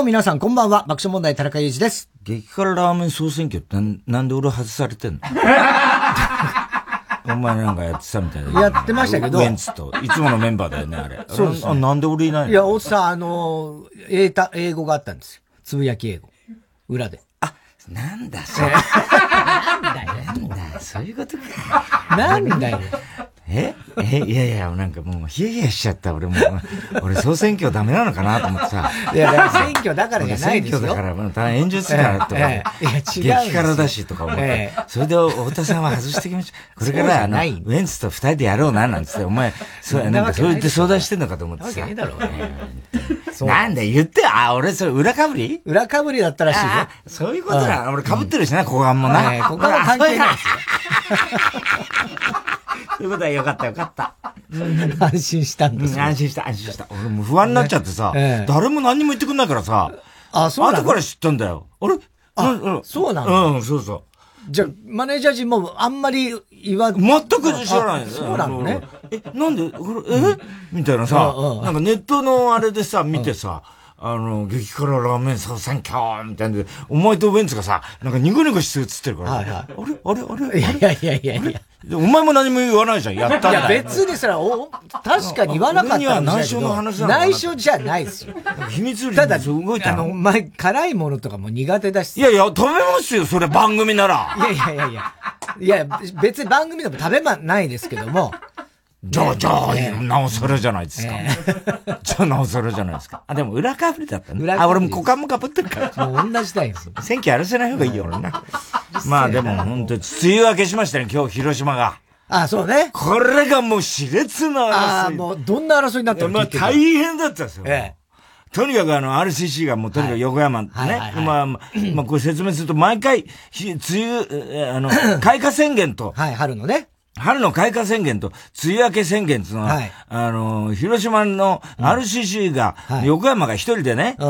も皆さんこんばんは。爆笑問題田中裕二です。 激辛ラーメン総選挙ってなんで俺外されてんのお前なんかやってたみたいな。 やってましたけど。 ウエンツと。いつものメンバーだよね、あれ。そうです、ね。なんで俺いないの？ いや、おっさん、英語があったんですよ。つぶやき英語。裏で。 あ、なんだ、それ。なんだ、そういうことか。 なんだよ。 いや、なんかもう、ヒヤヒヤしちゃった、俺も。俺、総選挙ダメなのかなと思ってさ。 いや、選挙だからじゃないですよ。 選挙だから、大変炎上するからとか。 いや、違う。 激辛だしとか思って。それで、太田さんは外してきました。これから、ウエンツと二人でやろうな、なんつって、お前、なんかそう言って相談してんのかと思ってさ。なんで言って、俺、それ、裏かぶり裏かぶりだったらしいよ。 そういうことだ。俺、かぶってるしな、股間もな。 股間は関係ないですよ。 そういうことはよかった。 安心したんですよ。 安心した。俺も不安になっちゃってさ、誰も何にも言ってくんないからさ、 そうなの？ 後から知ったんだよ。あれ？ そうなの？ そう。 じゃあ、マネージャー陣もあんまり全く知らない。 そうなのね。 なんでみたいなさ、なんかネットのあれでさ、見てさ、激辛ラーメン総選挙みたいなお前とウエンツがさ、なんかニコニコして映ってるから。あれいや。 お前も何も言わないじゃん、やったんだよ。 いや、別にそれは、確かに言わなかったんだけど。 内緒の話なのかな。 内緒じゃないですよ。 秘密裏ただ、 動いたの。 お前、辛いものとかも苦手だし。 いや、食べますよ、それ番組なら。 いや、別に番組でも食べないですけども。 じゃあ、なおさらじゃないですか。じゃあ、なおさらじゃないですか。でも、裏かぶりだったね。俺も股間もかぶってるから。 もう同じだよ。 選挙やらせない方がいいよ、俺な。まあ、でも、本当に、梅雨明けしましたね、今日、広島が。 そうね。 これがもう熾烈な争い。 もう、どんな争いになったの？ 大変だったんですよ。とにかくRCC がもうとにかく横山ね。まあ、これ説明すると、毎回、梅雨、開花宣言と。 春のね。 春の開花宣言と梅雨明け宣言っていうのは、広島の RCC が、横山が一人でね、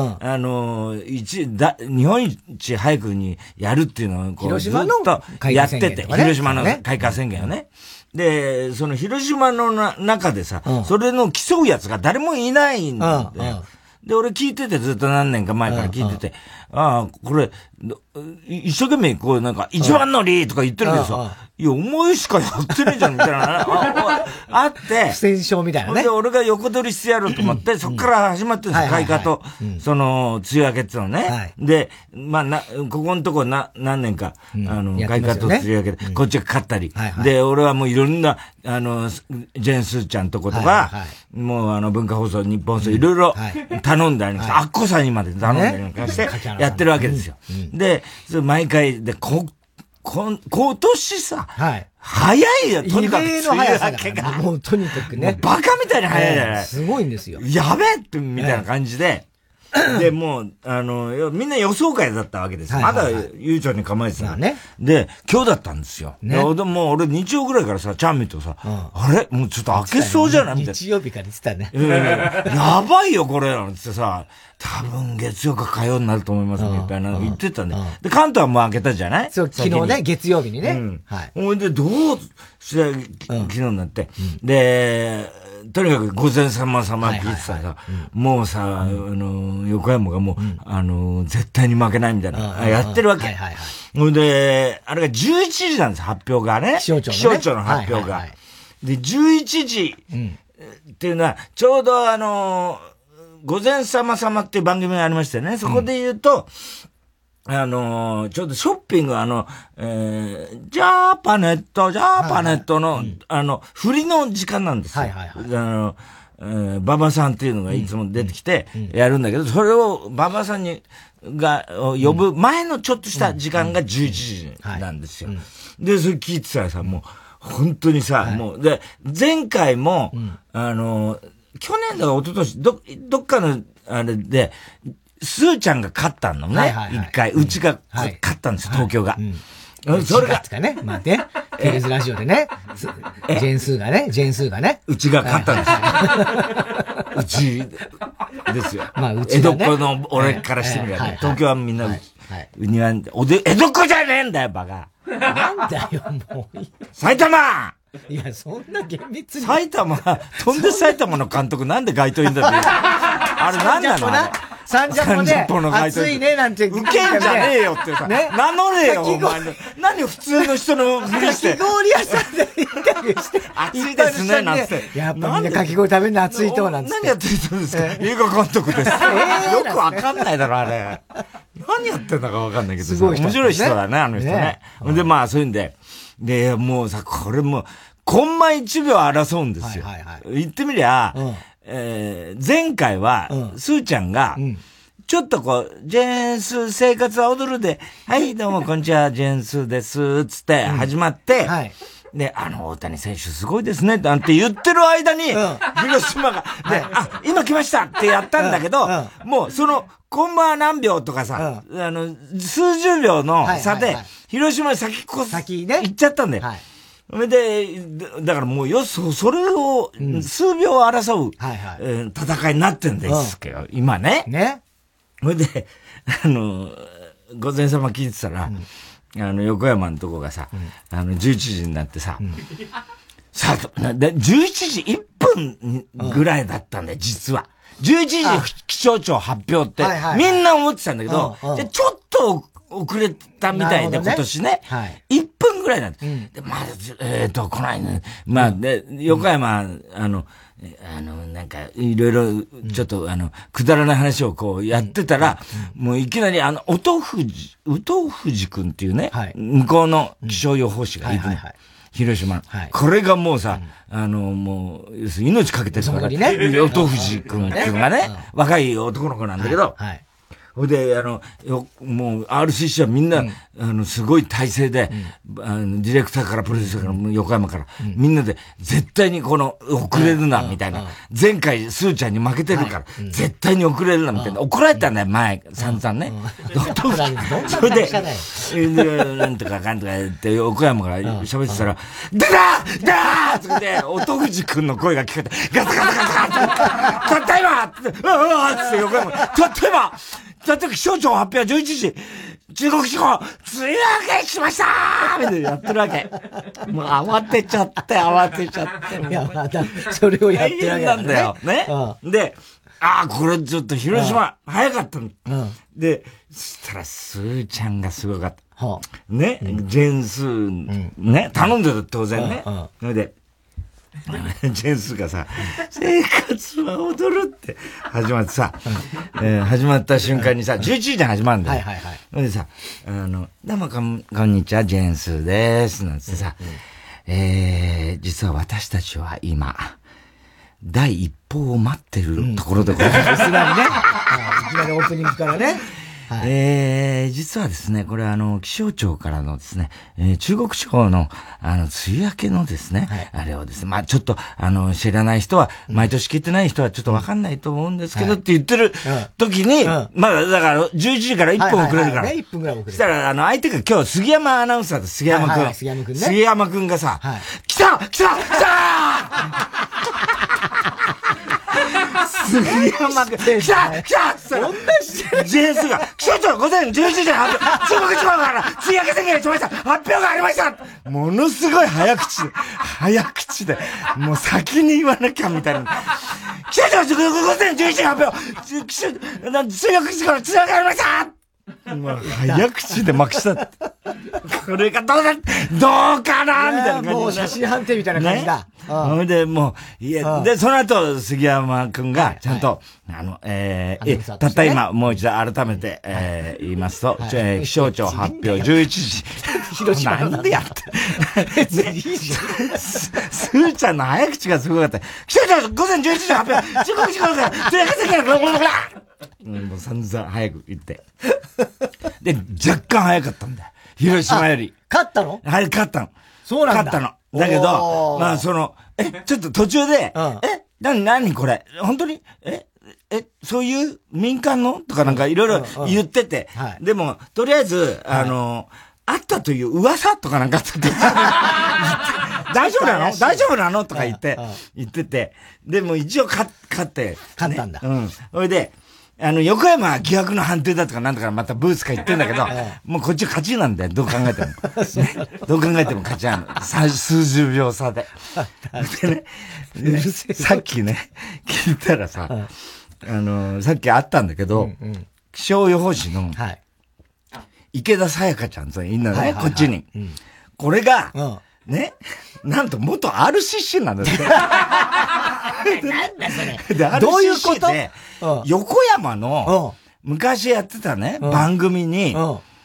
日本一早くにやるっていうのを、 広島のやってて、広島の開花宣言をね。で、その広島の中でさ、それの競うやつが誰もいないんだよ。で、俺聞いてて、ずっと何年か前から聞いてて、これ、一生懸命こうなんか、一番乗りとか言ってるけどさ、いや、お前しかやってねえじゃん、みたいな、あって、 不戦勝みたいなね。 で、俺が横取りしてやろうと思って、そっから始まってるんですよ、開花と、その、梅雨明けっていうのね。で、まあ、ここのとこ何年か、開花と梅雨明けで、こっちが勝ったり。で、俺はもういろんな、ジェンスーちゃんとことか、もう文化放送、日本放送、いろいろ頼んだり、アッコさんにまで頼んだりなんかして、やってるわけですよ。で、毎回で、今年さ、早いよ、とにかく梅雨明けが。 もうとにかくね。 バカみたいに早いじゃない。 すごいんですよ。 やべえって、みたいな感じで。で、もう、みんな予想会だったわけですよ。まだ、ゆうちゃんに構えてた。で、今日だったんですよ。でも俺日曜ぐらいからさ、チャンミとさ、あれもうちょっと開けそうじゃないみたいな。 日曜日から言ってたね。 やばいよ、これなんつってさ、多分月曜か火曜になると思います、みたいな言ってたんで。で、関東はもう開けたじゃない？ そう、昨日ね、月曜日にね。 ほんで、どうして、昨日になって。で、とにかく午前様聞いてたらさ、もうさ、横山がもう、絶対に負けないみたいな、やってるわけ。ほんで、あれが11時なんです、発表がね。気象庁の発表が。で、11時っていうのは、ちょうど午前様っていう番組がありましたよね。そこで言うと、ちょうどショッピングジャーパネットの、振りの時間なんですよ。馬場さんっていうのがいつも出てきて、やるんだけど、それを馬場さん呼ぶ前のちょっとした時間が11時なんですよ。で、それ聞いてたらさ、もう、本当にさ、もう、で、前回も、去年だか一昨年どっかの、あれで、スーちゃんが勝ったのね。一回。うちが勝ったんですよ、東京が。 それが。ね。まあね。テレビラジオでね。ジェンスーがね。 うちが勝ったんですよ。うちですよ。 まあ、うち江戸っ子の俺からしてみればね。東京はみんな、には、江戸っ子じゃねえんだよ、バカ。 なんだよ、もう。 埼玉いや、そんな厳密に。 埼玉、飛んで埼玉の監督なんで街頭いんだって。あれなんなの 30本で、暑いね、なんて。 受けんじゃねえよってさ。名乗れよ、お前。何普通の人のふりして。 かき氷屋さんでインタビューして。 暑いですね、なんて。 やっぱみんなかき氷食べるの暑いと、なんて。 何やってる人ですか？映画監督です。よくわかんないだろ、あれ。何やってんだかわかんないけどさ。面白い人だね、あの人ね。で、まあ、そういうんで。で、もうさ、これも、コンマ1秒争うんですよ。言ってみりゃ、前回は、スーちゃんが、ちょっとこう、ジェーンスー生活は踊るで、はい、どうもこんにちは、ジェーンスーです、つって始まって、で、大谷選手すごいですね、なんて言ってる間に、広島が、で、今来ましたってやったんだけど、もうその、コンマ何秒とかさ、数十秒の差で、広島に先ね、行っちゃったんだよ。それで、だからもうそれを、数秒争う、戦いになってんですけど、今ね。ね。それで、午前様聞いてたら、横山のとこがさ、11時になってさ、さあ、11時1分ぐらいだったんだよ、実は。11時気象庁発表って、みんな思ってたんだけど、でちょっと遅れたみたいで、今年ね。1分ぐらいなんで、まだ、来ないね。まあ、で、横山、なんか、いろいろ、ちょっと、くだらない話をこうやってたら、もういきなり、音藤くんっていうね、向こうの気象予報士がいるの。広島。これがもうさ、もう、要するに命かけてるから、音藤くんっていうのがね、若い男の子なんだけど、ほいで、もう RCC はみんな、すごい体制で、ディレクターからプロデューサーから横山から、みんなで絶対にこの遅れるな、みたいな。前回スーちゃんに負けてるから、絶対に遅れるな、みたいな。怒られたんだよ、前、散々ね。それで、なんとかかんとか言って、横山から喋ってたら、出たって言って、音藤くんの声が聞こえて、ガタガタガタガタたった今って、って横山、たった今だって気象庁発表は11時、中国地方、梅雨明けしましたーみたいなやってるわけ。もう慌てちゃって。 いや、また、それをやってるわけなんだよ。ね。で、これちょっと広島、早かったの。で、そしたら、スーちゃんがすごかった。ね、ジェンスー、ね、頼んでた当然ね。それで、ジェンスがさ、生活は踊るって始まってさ、始まった瞬間にさ、11時で始まるんだよ。でさ、どうもこんにちは、ジェンスです。なんつってさ、実は私たちは今、第一報を待ってるところでございます。 いきなりね。いきなりオープニングからね。 実はですね、これ気象庁からのですね、中国地方の、梅雨明けのですね、あれをですね、まあちょっと、知らない人は、毎年聞いてない人はちょっとわかんないと思うんですけどって言ってる時に、まあだから、11時から1分遅れるから。 1分ぐらい遅れる。 そしたら、相手が今日、杉山アナウンサーです、杉山くん。 杉山くんね。 杉山くんがさ、来た杉山くん、来たそんなしてるジェンスが、気象庁午前11時に発表、中国地方から梅雨明け宣言しました、発表がありました、ものすごい早口で、もう先に言わなきゃみたいな。気象庁午前11時に発表、中国地方から梅雨明けありましたもう早口でまくした。これがどうかなみたいな感じ。 もう写真判定みたいな感じだ。 それで、もう、で、その後、杉山くんが、ちゃんと、たった今、もう一度改めて、言いますと、気象庁発表11時。 広島なんでやって。いいじゃん。すーちゃんの早口がすごかった。気象庁午前11時発表、中国地方から、梅雨明け宣言もう散々早く言って。で、若干早かったんだよ。広島より。 勝ったの？ はい、勝ったの。 そうなんだ。 勝ったの。だけど、まあちょっと途中で、何これ本当にそういう民間のとかなんかいろいろ言ってて、でも、とりあえず、あったという噂とかなんかあったって。大丈夫なのとか言ってて、でも一応勝って。 勝ったんだ。 それで、横山は疑惑の判定だとかなんとかまたブースか言ってんだけど、もうこっち勝ちなんだよ、どう考えても。ね、どう考えても勝ちなの。数十秒差で。でね、さっきね、聞いたらさ、 さっきあったんだけど、気象予報士の、池田沙耶香ちゃんといんなね、こっちに。これが、ね、なんと元 RCC なんだって。なんだそれ。 で、 どういうこと？ で、横山の、昔やってたね、番組に、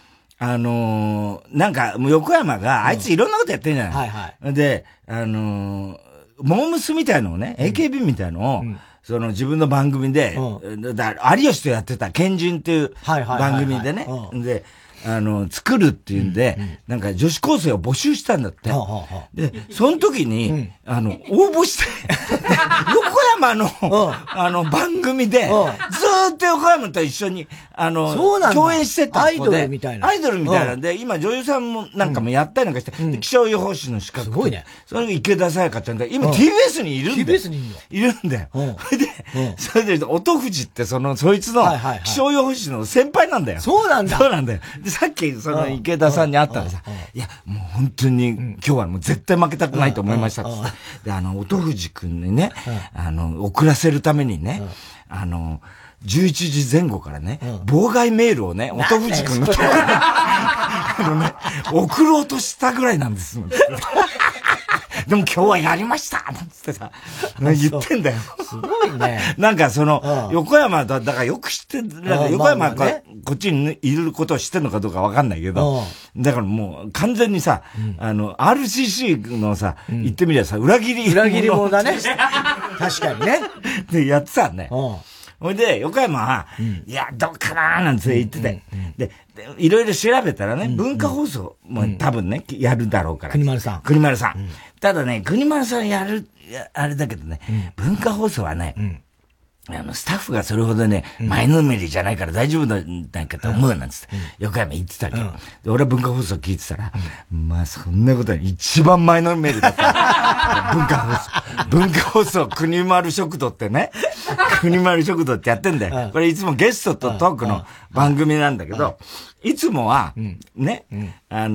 なんか、横山が、あいついろんなことやってんじゃない、で、モームスみたいのをね、AKB みたいのを、その自分の番組で、有吉とやってた、ケンジンっていう番組でね、で、作るっていうんで、なんか女子高生を募集したんだって。で、その時に、応募して、横山の、番組で、ずーっと横山と一緒に、共演してた。 アイドルみたいな。 アイドルみたいなんで、今女優さんもなんかもやったりなんかして、気象予報士の資格。 すごいね。 それが池田沙耶香ちゃんで、今 TBS にいるんだよ。 TBS にいるの？ いるんだよ。それで、音藤ってそいつの気象予報士の先輩なんだよ。 そうなんだ。 そうなんだよ。で、さっきその池田さんに会ったらさ、いや、もう本当に今日はもう絶対負けたくないと思いましたっつって。で、音藤くんにね、遅らせるためにね、11時前後からね、妨害メールをね、音藤くんのところに、送ろうとしたぐらいなんです。でも今日はやりましたなんつってさ、言ってんだよ。 すごいね。 なんか横山だからよく知ってる、横山がこっちにいることを知ってるのかどうかわかんないけど、だからもう完全にさ、RCC のさ、言ってみりゃさ、裏切り者だね。確かにね。 で、やってたね。ほいで、横山は、いや、どうかなーなんて言ってて。で、いろいろ調べたらね、文化放送も多分ね、やるだろうから。 国丸さん。 ただね、国丸さんあれだけどね、文化放送はね、スタッフがそれほどね、前のめりじゃないから大丈夫なんだかと思うなんつって、横山言ってたけど、で、俺は文化放送聞いてたら、まあそんなことは一番前のめりだった。文化放送、国丸食堂ってね、国丸食堂ってやってんだよ。これいつもゲストとトークの番組なんだけど、いつもは、ね、花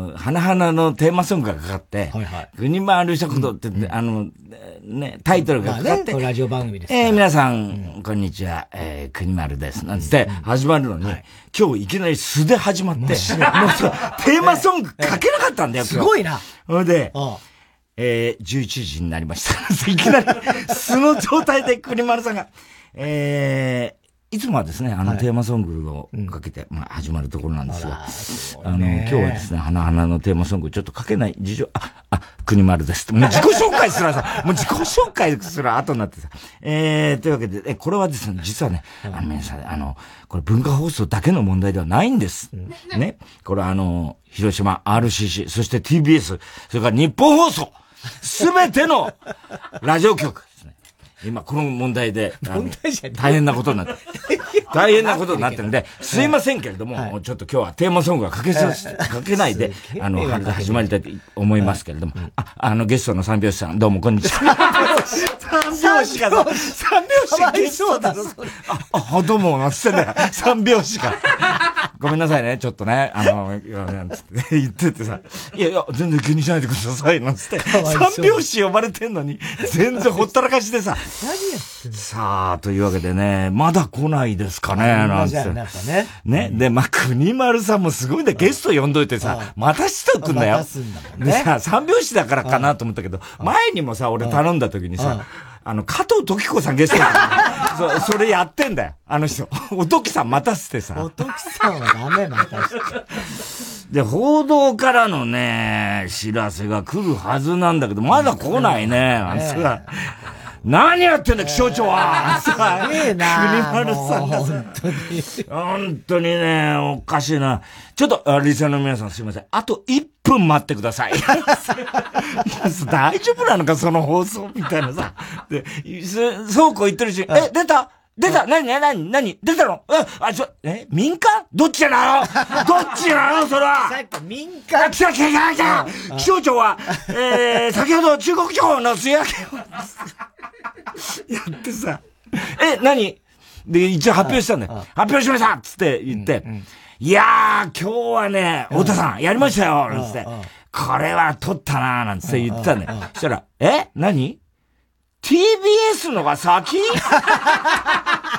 々のテーマソングがかかって、国丸食堂って、ね、タイトルがかかって、 ラジオ番組です。 皆さん、こんにちは、国丸です。なんつって、始まるのに、今日いきなり素で始まって、もうそう、テーマソングかけなかったんだよ、 すごいな。 それで、11時になりました。いきなり、素の状態で国丸さんが、いつもはですね、テーマソングをかけて、始まるところなんですが、今日はですね、花々のテーマソングちょっとかけない事情、国丸です。もう自己紹介すらさ、もう自己紹介すら後になってさ、というわけで、これはですね、実はね、皆さん、これ文化放送だけの問題ではないんです。ね。これ広島 RCC、そして TBS、それから日本放送、すべてのラジオ局ですね。今、この問題で、大変なことになって、大変なことになってるんで、すいませんけれども、ちょっと今日はテーマソングはかけないで、始まりたいと思いますけれども、ゲストの三拍子さん、どうもこんにちは。三拍子ゲストだろ、それ。どうも、なんつってね、三拍子が。ごめんなさいね、ちょっとね、なんつって言っててさ、いや、全然気にしないでください、なんつって、三拍子呼ばれてんのに、全然ほったらかしでさ、 何やってんの？ さあ、というわけでね、まだ来ないですかね、なんつって。ね。で、国丸さんもすごいんだよ。ゲスト呼んどいてさ、待たしとくんだよ。でさ、三拍子だからかなと思ったけど、前にもさ、俺頼んだ時にさ、加藤時子さんゲストだそれやってんだよ。あの人。おときさん待たせてさ。 おときさんはダメ、待たせて。 で、報道からのね、知らせが来るはずなんだけど、まだ来ないね。何やってんだ、気象庁は。 すげえな。 国丸さんが本当にね、おかしいな。ちょっと、リスナーの皆さんすいません。あと1分待ってください。大丈夫なのか、その放送みたいなさ。で、そうこう言ってるし、出た何出たの民間どっちなのそれはさっき民間来た気象庁は、先ほど中国地方の梅雨明けをやってさ、何で、一応発表したんだよ。発表しましたつって言って、いやー、今日はね、太田さん、やりましたよなんつって、これは撮ったなーなんつって言ってたんだよ。そしたら、何?TBS のが先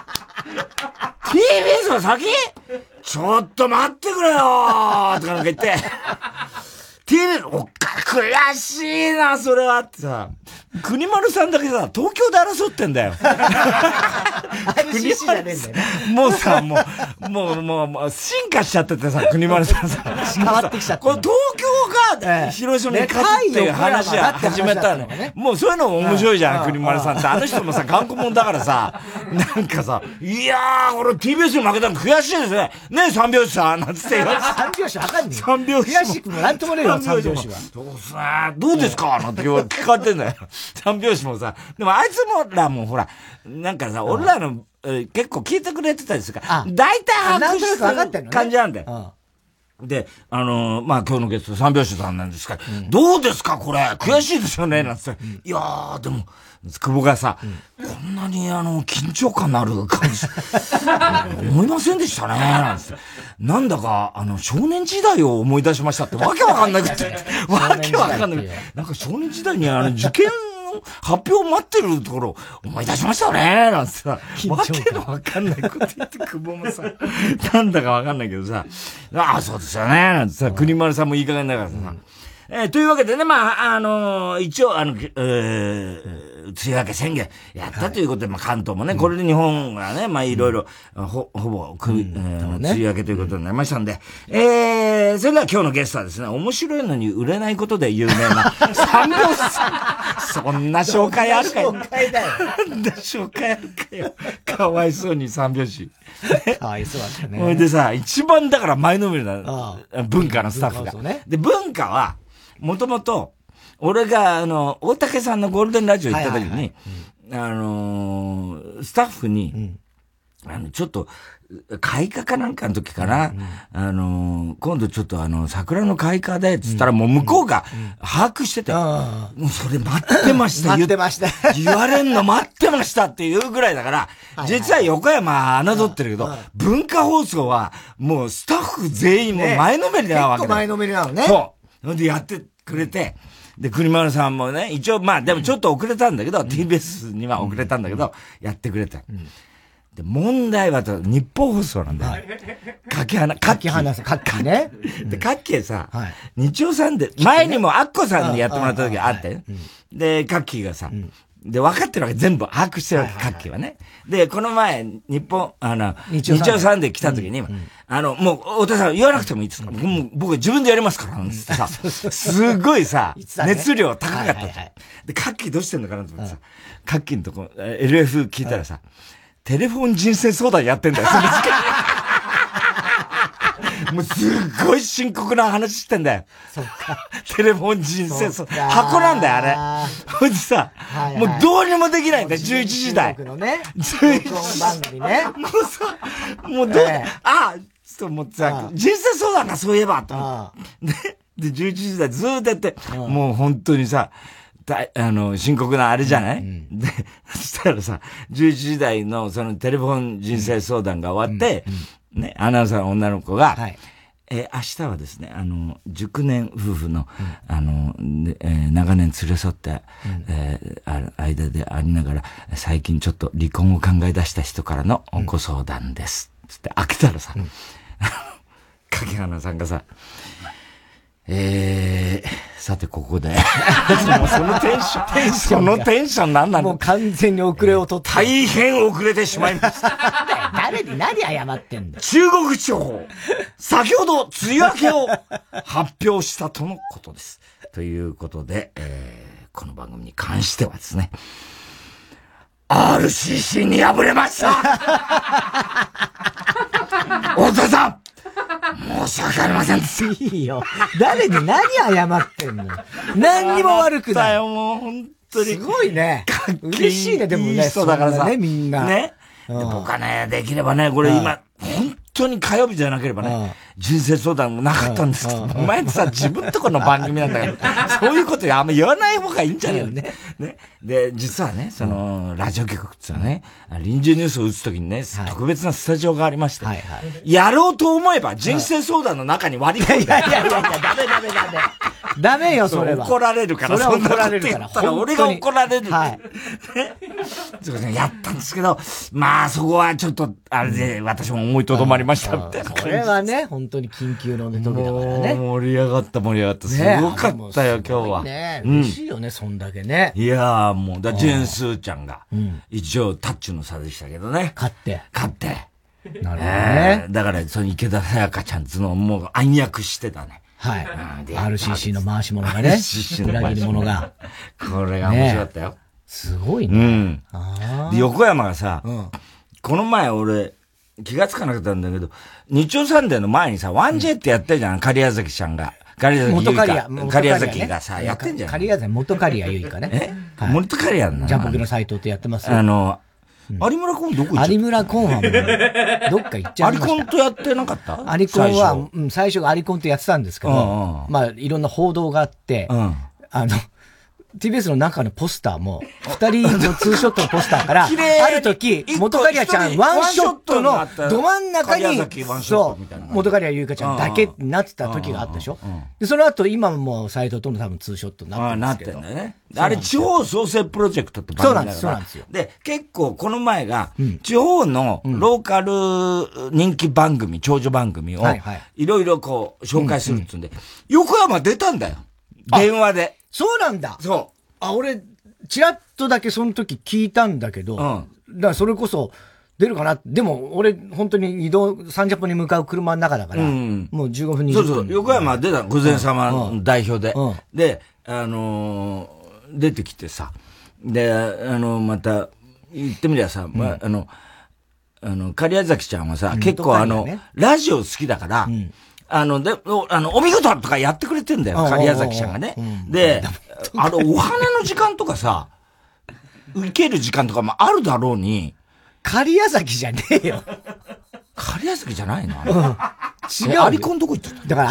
TBS は先ちょっと待ってくれよーとかなんか言って、TBS、悔しいな、それはってさ、国丸さんだけさ、東京で争ってんだよ。 国丸じゃねえんだよね。 もうさ、もう、進化しちゃっててさ、国丸さんさ。 変わってきちゃって。 これ東京が、広島に勝つっていう話は始めたの。もうそういうのも面白いじゃん、国丸さんって。あの人もさ、頑固者だからさ、なんかさ、いやー、俺 TBS に負けたの悔しいですね。ねえ、三拍子さん、なんつって言われて。 三拍子わかんねえ。 三拍子。 悔しくもなんともねえよ、三拍子は。 そうっすね。どうですかなんて聞かれてんだよ。三拍子もさ。でもあいつもらもほら、なんかさ、俺らの、結構聞いてくれてたりするから、大体把握してる感じなんだよ。で、まあ、今日のゲスト三拍子さんなんですから、どうですかこれ悔しいですよねなんていやー、でも、久保がさ、こんなに緊張感のある感じ、思いませんでしたねなんて。なんだか、少年時代を思い出しましたって、わけわかんなくて。わけわかんない。なんか少年時代に受験、発表待ってるところ思い出しましたねなんてさ、わけがわかんないこと言って、久保もさ、なんだかわかんないけどさ、ああ、そうですよねなんてさ、国丸さんもいい加減だからさ、というわけでね、まあ、一応、梅雨明け宣言やったということで、まあ、関東もね、これで日本がね、まあ、いろいろ、ほぼ、梅雨明けということになりましたんで、それでは今日のゲストはですね、面白いのに売れないことで有名な三拍子さん。そんな紹介あるかよ。 紹介だよ。 そんな紹介あるかよ。かわいそうに三拍子。 かわいそうだったね。 それでさ、一番だから前のめりな文化のスタッフが。で、文化は、もともと、俺が、大竹さんのゴールデンラジオ行った時に、スタッフに、ちょっと、開花かなんかの時かな、今度ちょっと桜の開花で、つったらもう向こうが把握してて、もうそれ待ってました。 待ってました。 言われんの待ってましたっていうぐらいだから、実は横山侮ってるけど、文化放送はもうスタッフ全員もう前のめりなわけだ。 結構前のめりなのね。 そう。で、やってくれて、で、国丸さんもね、一応まあでもちょっと遅れたんだけど、TBS には遅れたんだけど、やってくれた。で、問題は日本放送なんだよ。かき花さん、かっきね。で、かっきさ、日曜さんで、前にもアッコさんにやってもらった時あって、で、かっきがさ、で、分かってるわけ、全部把握してるわけ、かっきはね。で、この前、日曜さんで来た時に、もう、太田さん言わなくてもいいですか、もう僕自分でやりますから、なんつってさ、すごいさ、熱量高かった。で、かっきどうしてんのかなと思ってさ、かっきのとこ、LF 聞いたらさ、テレフォン人生相談やってんだよ、その時間。もうすっごい深刻な話してんだよ。 そっか。 テレフォン人生相談。箱なんだよ、あれ。ほんでさ、もうどうにもできないんだよ、11時台。 11時番組ね。 もうさ、もうちょっと思ってさ、人生相談がそういえば、と思って。で、11時台ずーっとやって、もう本当にさ、深刻なあれじゃない、で、そしたらさ、11時台のそのテレフォン人生相談が終わって、ね、アナウンサーの女の子が、明日はですね、熟年夫婦の、長年連れ添って、間でありながら、最近ちょっと離婚を考え出した人からのご相談です。つって開けたらさ、影花さんがさ、さてここで。そのテンションなんなの？ もう完全に遅れを取って。 大変遅れてしまいました。 誰に何謝ってんだよ。 中国地方、先ほど梅雨明けを発表したとのことです。ということで、この番組に関してはですね、RCC に敗れました太田さん申し訳ありません。 いいよ。誰に何謝ってんの？何にも悪くない。 もう本当に。 すごいね。嬉しいね、でもね。 いい人だからさ。 ね、みんな。 ね。僕はね、できればね、これ今、本当に火曜日じゃなければね、人生相談もなかったんですけど、お前ってさ、自分とこの番組なんだから、そういうことあんま言わない方がいいんじゃないのね。で、実はね、ラジオ局っていうのはね、臨時ニュースを打つときにね、特別なスタジオがありまして、やろうと思えば人生相談の中に割り込んで。 いや、ダメ。 ダメよ、それは。 怒られるから、 それは怒られるから。 俺が怒られる。 はい。 やったんですけど、まあそこはちょっと、あれで私も思いとどまりましたみたいな。 これはね、本当に緊急の時だからね。 盛り上がった。すごかったよ、今日は。 ね、嬉しいよね、そんだけね。 いやーもう、ジェーンスーちゃんが、一応タッチの差でしたけどね。 勝って。 なるほどね。だから、その池田沙耶香ちゃんつのもう暗躍してたね。 はい。RCC の回し物がね。RCC の裏切り者が。 これが面白かったよ。 すごいね。 で、横山がさ、この前俺、気がつかなかったんだけど、日曜サンデーの前にさ、1J ってやってるじゃん、狩矢崎ちゃんが。狩矢崎がさ、やってんじゃん。 狩矢崎、元狩矢ゆいかね。 元狩矢なの？ ジャンポケのサイトってやってますよ。 有村コンどこ行っちゃった？有村コンはもう、どっか行っちゃいました。 アリコンとやってなかった？ アリコンは、最初アリコンとやってたんですけど、まあ、いろんな報道があって、TBS の中のポスターも、二人のツーショットのポスターから、ある時、元カリアちゃんワンショットのど真ん中に、そう、元カリアゆいかちゃんだけになってた時があったでしょ。で、その後、今も斎藤との多分ツーショットになってるんですけど。 なってんだよね。あれ、地方創生プロジェクトって番組だから。そうなんですよ。 で、結構この前が、地方のローカル人気番組、長寿番組を、いろいろこう、紹介するっつうんで、横山出たんだよ。電話で。 そうなんだ。 そう。 俺、ちらっとだけその時聞いたんだけど、だからそれこそ出るかな。でも、俺、本当に30分に向かう車の中だから、もう15分20分。 そう、横山出た、御前様の代表で。で、出てきてさ、で、また、言ってみりゃさ、狩矢崎ちゃんはさ、結構ラジオ好きだから、お見事とかやってくれてんだよ、狩矢崎ちゃんがね。で、お花の時間とかさ、受ける時間とかもあるだろうに。 狩矢崎じゃねえよ。 狩矢崎じゃないの？ 違う。 アリコンどこ行っちゃった？ だから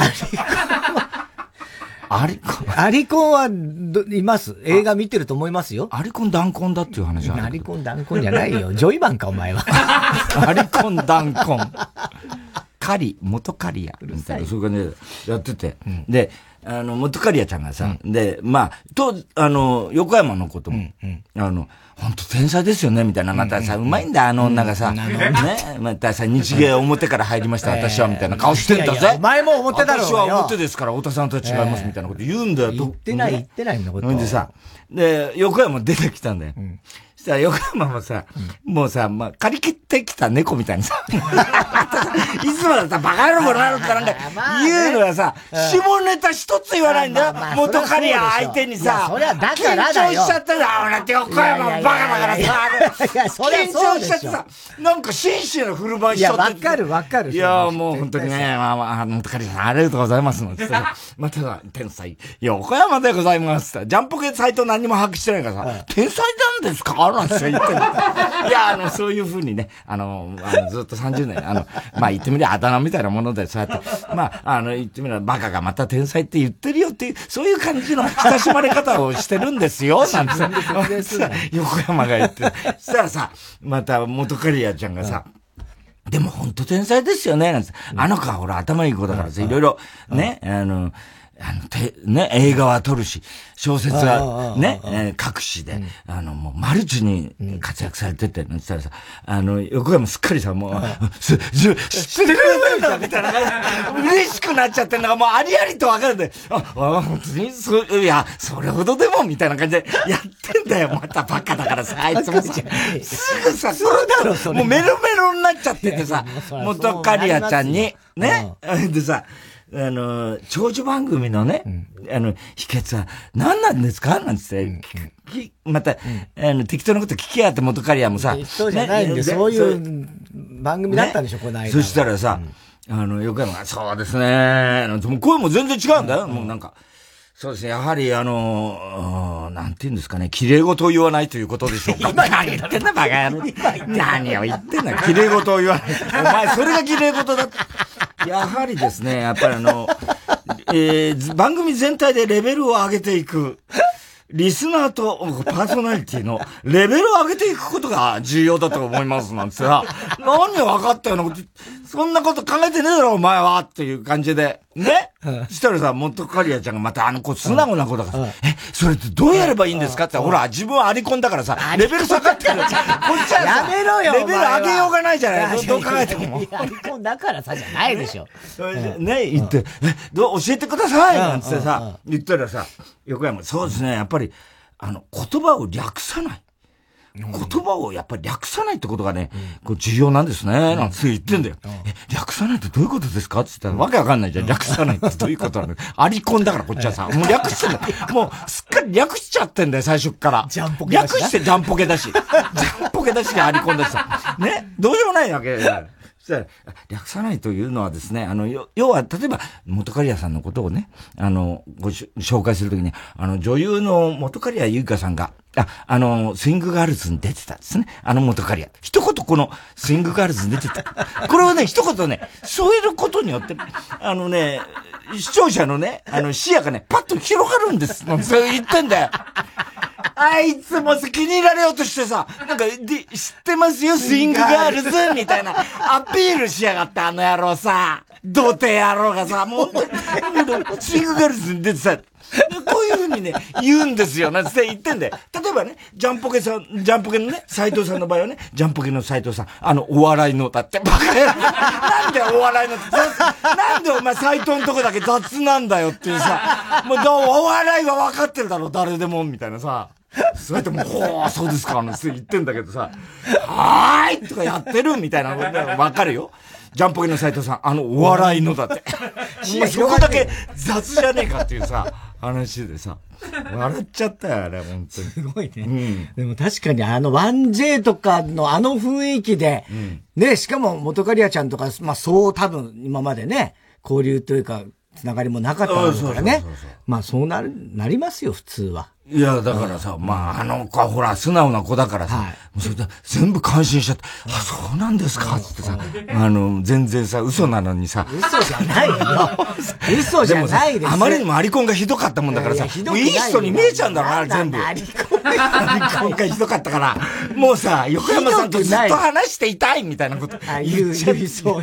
アリコンは、います。映画見てると思いますよ。 アリコン弾痕だっていう話アリコン弾痕じゃないよ。ジョイマンか、お前は。 アリコン弾痕。元カリアみたいな、そういう感じでやってて。で、元カリアちゃんがさ、で、まあ、横山のことも、本当天才ですよね、みたいな。またさ、うまいんだ、女がさ。ね。またさ、日芸表から入りました、私は、みたいな顔してんだぜ。 お前も表だろ。 私は表ですから、太田さんとは違います、みたいなこと言うんだよ。 言ってないんだこと。 でさ、で、横山出てきたんだよ。そしたら横山もさ、もうさ、まあ、借り切ってきた猫みたいにさ、いつもだったらバカ野郎もなるからなんか言うのはさ、下ネタ一つ言わないんだよ。元カリア相手にさ、 そりゃだからだよ。 緊張しちゃったんだ。俺って横山もバカだからさ、緊張しちゃってさ、なんか紳士の振る舞いしちゃって。 いや、わかる。 いや、もう本当にね、元カリアさんありがとうございますの。または、天才、横山でございます。ジャンポケサイト何にも把握してないからさ、天才なんですかなんて言ってる。いや、そういう風にね、ずっと30年、まあ言ってみりゃあだ名みたいなもので、そうやって、まあ、言ってみりゃバカがまた天才って言ってるよっていう、そういう感じの親しまれ方をしてるんですよ、なんて横山が言って。そしたらさ、また元カリアちゃんがさ、でも本当天才ですよね、なんて。あの子はほら頭いい子だからさ、いろいろ、ね、映画は撮るし、小説はね、書くしで、もうマルチに活躍されてて、なんて言ったらさ、横山すっかりさ、もう、知ってるみたいな、嬉しくなっちゃってんのがもうありありとわかるんで、本当に、いや、それほどでも、みたいな感じでやってんだよ、またバカだからさ、あいつもさ、すぐさ、もうメロメロになっちゃっててさ、元カリアちゃんに、ね、でさ、長寿番組のね、秘訣は何なんですかなんつって、また、適当なこと聞きやって元カリアもさ。 そうじゃないんで、そういう番組だったんでしょ、この間。 そしたらさ、横山が、そうですね、もう声も全然違うんだよ、もうなんか。そうですね、やはりなんて言うんですかね、綺麗事を言わないということでしょうか。何言ってんだ、バカ野郎。何を言ってんだ、綺麗事を言わない。お前、それが綺麗事だ。やはりですね、やっぱり番組全体でレベルを上げていく。リスナーとパーソナリティのレベルを上げていくことが重要だと思いますなんてさ、何分かったようなこと、 そんなこと考えてねえだろ、お前はっていう感じで。ね、そしたらさ、元カリアちゃんがまた子、素直な子だから、それってどうやればいいんですかって、ほら、自分はアリコンだからさ、レベル下がってる。こっちはやめろよ、 レベル上げようがないじゃない。どう考えても。 アリコンだからさ、じゃないでしょ。 ね、言って、教えてくださいなんつってさ、言ったらさ、横山、そうですね、やっぱり、言葉を略さない。言葉をやっぱり略さないってことがね、こう重要なんですね、なんて言ってんだよ。略さないってどういうことですかって言ったら、わけわかんないじゃん。略さないってどういうことなの？アリコンだからこっちはさ、もう略してんだよ。もうすっかり略しちゃってんだよ、最初っから。 ジャンポケだし。 略してジャンポケだし。ジャンポケだしアリコンだしさ。ね、どうしようもないわけだよ。そしたら、略さないというのはですね、要は、例えば、元カリアさんのことをね、紹介するときに、女優の元カリアゆいかさんが、スイングガールズに出てたんですね。元カリア。一言この、スイングガールズに出てた。これをね、一言ね、添えることによって、視聴者のね、視野がね、パッと広がるんです。そう言ってんだよ。あいつも気に入られようとしてさ、なんか、知ってますよ、スイングガールズみたいな、アピールしやがって、あの野郎さ。童貞野郎がさ、もう、スイングガールズに出てさ、こういう風にね、言うんですよ、なんて言ってんで。例えばね、ジャンポケのね、斎藤さんの場合はね、ジャンポケの斎藤さん、お笑いのだって、バカ野郎。なんでお笑いのなんでお前斎藤のとこだけ雑なんだよっていうさ、もうお笑いは分かってるだろ、誰でも、みたいなさ。そうやってもう、そうですか、言ってんだけどさ、はーいとかやってるみたいなの分かるよ。ジャンポケの斎藤さん、お笑いのだって。そこだけ雑じゃねえかっていうさ、話でさ、笑っちゃったよ、あれ、本当に。 すごいね。でも確かに1J とかの雰囲気で、ね、しかも元カリアちゃんとか、まあそう多分今までね、交流というか、つながりもなかったわけだからね。まあそうなりますよ、普通は。 いや、だからさ、まあ、子はほら、素直な子だからさ、それで全部感心しちゃって、あ、そうなんですかってさ、全然さ、嘘なのにさ。 嘘じゃないよ。嘘じゃないです。 あまりにもアリコンがひどかったもんだからさ、もういい人に見えちゃうんだろ、あれ全部。アリコンがひどかったから、もうさ、横山さんとずっと話していたいみたいなこと言いそう。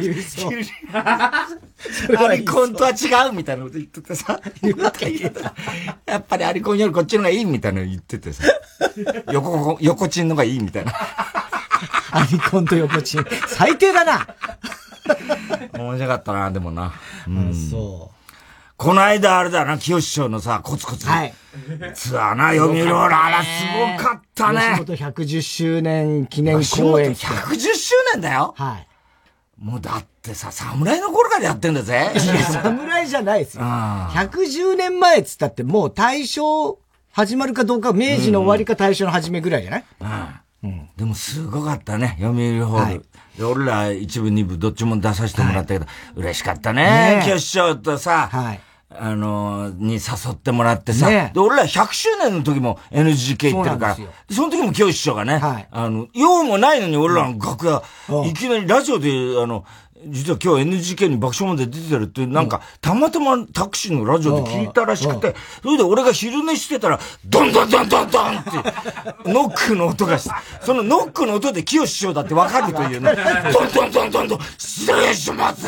アリコンとは違うみたいなこと言っててさ、やっぱりアリコンよりこっちの方がいいみたいなの言っててさ、横チンのがいいみたいな。 アリコンと横チン。最低だな。 面白かったな、でもな。そう。この間あれだな、清志師匠のさ、コツコツ。はい。ツアーな、読売ローラー、あら、すごかったね。 吉本110周年記念公演。 110周年だよ。 はい。 もうだってさ、侍の頃からやってんだぜ。 いや、侍じゃないですよ。110年前っつったってもう大正始まるかどうか、明治の終わりか大正の始めぐらいじゃない？ でもすごかったね、読売ホール。で俺ら一部二部どっちも出させてもらったけど、嬉しかったね。清志師匠とさ、に誘ってもらってさ、で、俺ら100周年の時も NGK 行ってるから、その時も清志師匠がね、用もないのに俺らの楽屋、いきなりラジオで、実は今日 NGK に爆笑まで出てるって、なんか、たまたまタクシーのラジオで聞いたらしくて、それで俺が昼寝してたら、ドンドンドンドンドンって、ノックの音がして、そのノックの音で清志師匠だってわかるというね、ドンドンドンドンドン、失礼します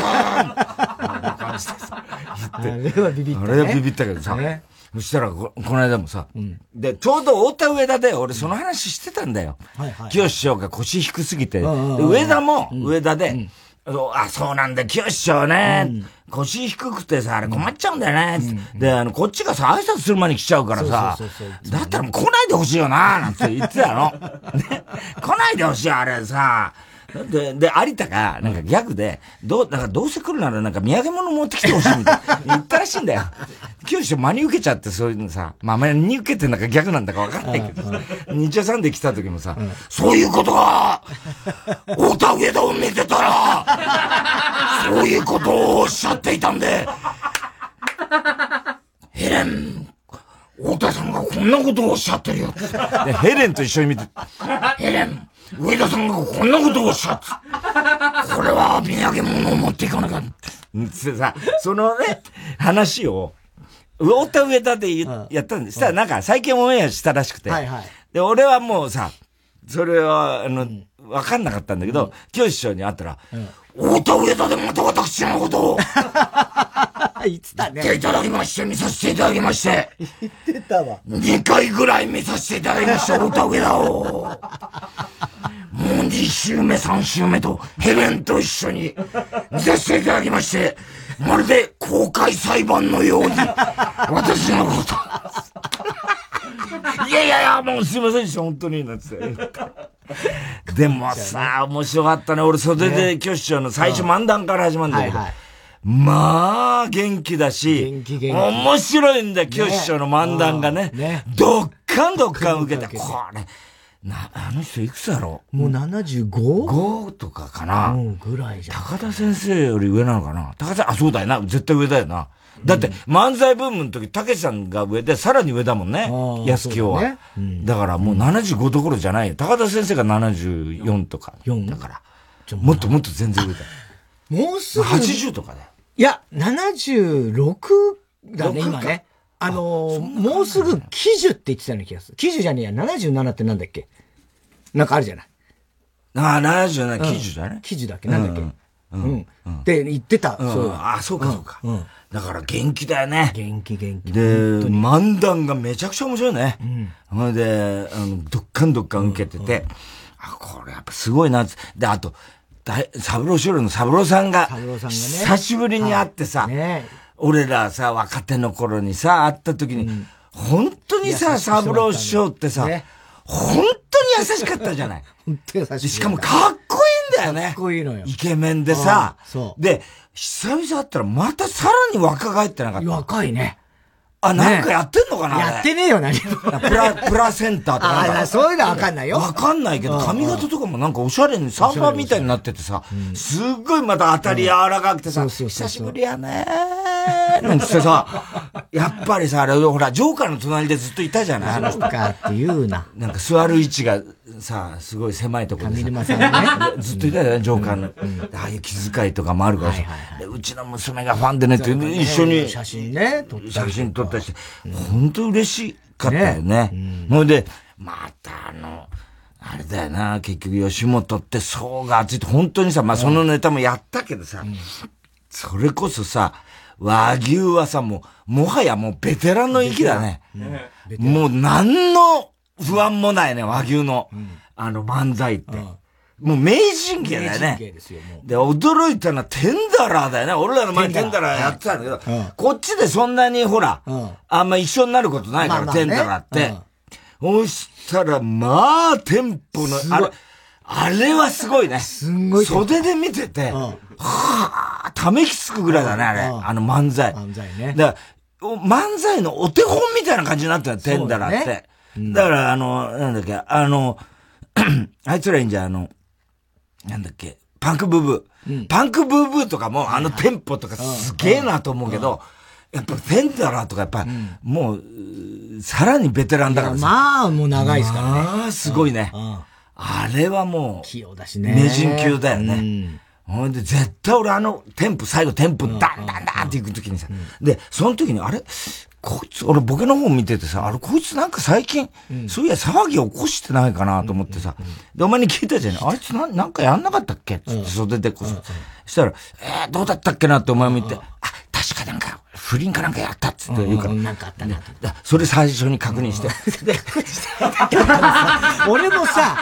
あれはビビったね。 あれはビビったけどさ、そしたらこの間もさ、で、ちょうど太田上田で俺その話してたんだよ。清志師匠が腰低すぎて、上田も上田で、あ、そうなんだ、清志師匠ね、腰低くてさ、あれ困っちゃうんだよね。で、こっちがさ、挨拶する前に来ちゃうからさ、だったらもう来ないでほしいよな、なんて言ってたの。ね、来ないでほしい、あれさ。で、有田が、なんかギャグで、どうせ来るならなんか土産物持ってきてほしいみたいな言ったらしいんだよ。清志師匠真に受けちゃってそういうのさ、まあ真に受けてなんかギャグなんだかわかんないけどさ、日曜さんで来た時もさ、そういうことが、太田上田を見てたら、そういうことをおっしゃっていたんで、ヘレン、太田さんがこんなことをおっしゃってるよ。でヘレンと一緒に見て、ヘレン、上田さんがこんなことをおっしゃって、これは土産物を持っていかなきゃってさ、そのね、話を、太田上田でやったんです。したらなんか最近オンエアしたらしくて、で、俺はもうさ、それは、 わかんなかったんだけど、清志師匠に会ったら、太田上田でまた私のことを、 言ってたね。 見ていただきまして、見させていただきまして。 言ってたわ。 2回ぐらい見させていただきました、太田上田を。もう2週目、3週目と、ヘレンと一緒に見させていただきまして、まるで公開裁判のように、私のこと。いやいやいや、もうすいませんでした、本当に、なんつって。でもさ、面白かったね。俺、袖で清志師匠の最初漫談から始まるんだけど。まあ、元気だし、面白いんだよ、清志師匠の漫談がね。どっかん受けて。これ、あの人いくつだろう？もう 75？ 5とかかな。 ぐらいじゃん。 高田先生より上なのかな。そうだよな。絶対上だよな。だって、漫才ブームの時、たけしさんが上で、さらに上だもんね。安清は。だからもう75どころじゃないよ。高田先生が74とか。だから。もっと全然上だよ。 もうすぐ。 80とかだよ。 いや、76だね、今ね。もうすぐ、喜寿って言ってたような気がする。喜寿じゃねえや、77ってなんだっけ？なんかあるじゃない。 77、喜寿じゃね？ 喜寿だっけ？なんだっけ？って言ってた。 そうか。だから元気だよね。 元気。で、 漫談がめちゃくちゃ面白いね。で、どっかん受けてて、これやっぱすごいな。で、あと、三郎師匠の三郎さんが、久しぶりに会ってさ、俺らさ、若手の頃にさ、会った時に、本当にさ、三郎師匠ってさ、本当に優しかったじゃない。 本当に優しい。 しかもかっこいいんだよね。 かっこいいのよ。 イケメンでさ。で、久々会ったらまたさらに若返ってなかった。 若いね。 なんかやってんのかな？ やってねえよ、何プラセンターとか。 そういうのはわかんないよ。 わかんないけど、髪型とかもなんかおしゃれにサーファーみたいになっててさ、すっごいまた当たり柔らかくてさ、久しぶりやねーなんてさ、やっぱりさ、あれ、ほら、ジョーカーの隣でずっといたじゃない？ ジョーカーって言うな。 なんか座る位置がさ、すごい狭いところでさ。 上沼さんね。 ずっといたじゃない？ジョーカーの。ああいう気遣いとかもあるからさ。うちの娘がファンでねって一緒に。 写真撮ったりして。本当嬉しかったよね。ほいで、またあれだよな、結局吉本って層が厚いと、本当にさ、まあそのネタもやったけどさ、それこそさ、和牛はさ、もはやもうベテランの域だね。もう何の不安もないね、和牛の、漫才って。もう名人芸だよね。で、驚いたのはテンダラーだよね。俺らの前にテンダラーやってたんだけど、こっちでそんなにほら、あんま一緒になることないから、テンダラーって。そしたら、まあ、テンポの、あれはすごいね。 すごい。 袖で見てて、ため息つくぐらいだね、あれ。漫才。 漫才ね。 だから漫才のお手本みたいな感じになってるテンダラーって。だから、なんだっけ、あいつらいいんじゃん、なんだっけ、パンクブーブー。パンクブーブーとかも、テンポとかすげえなと思うけど、やっぱテンダラーとかやっぱ、もう、さらにベテランだからさ。 まあ、もう長いですからね。 ああ、すごいね。あれはもう、 器用だしね。 名人級だよね。ほんで、絶対俺最後テンポダンっていくときにさ、で、その時に、あれこいつ、俺ボケの方見ててさ、こいつなんか最近、そういや騒ぎ起こしてないかなと思ってさ、で、お前に聞いたじゃん。あいつなんかやんなかったっけって袖でそしたら、どうだったっけなってお前も言って、確かなんか、不倫かなんかやったっつって言うから。 なんかあったな。 それ最初に確認して。 俺もさ、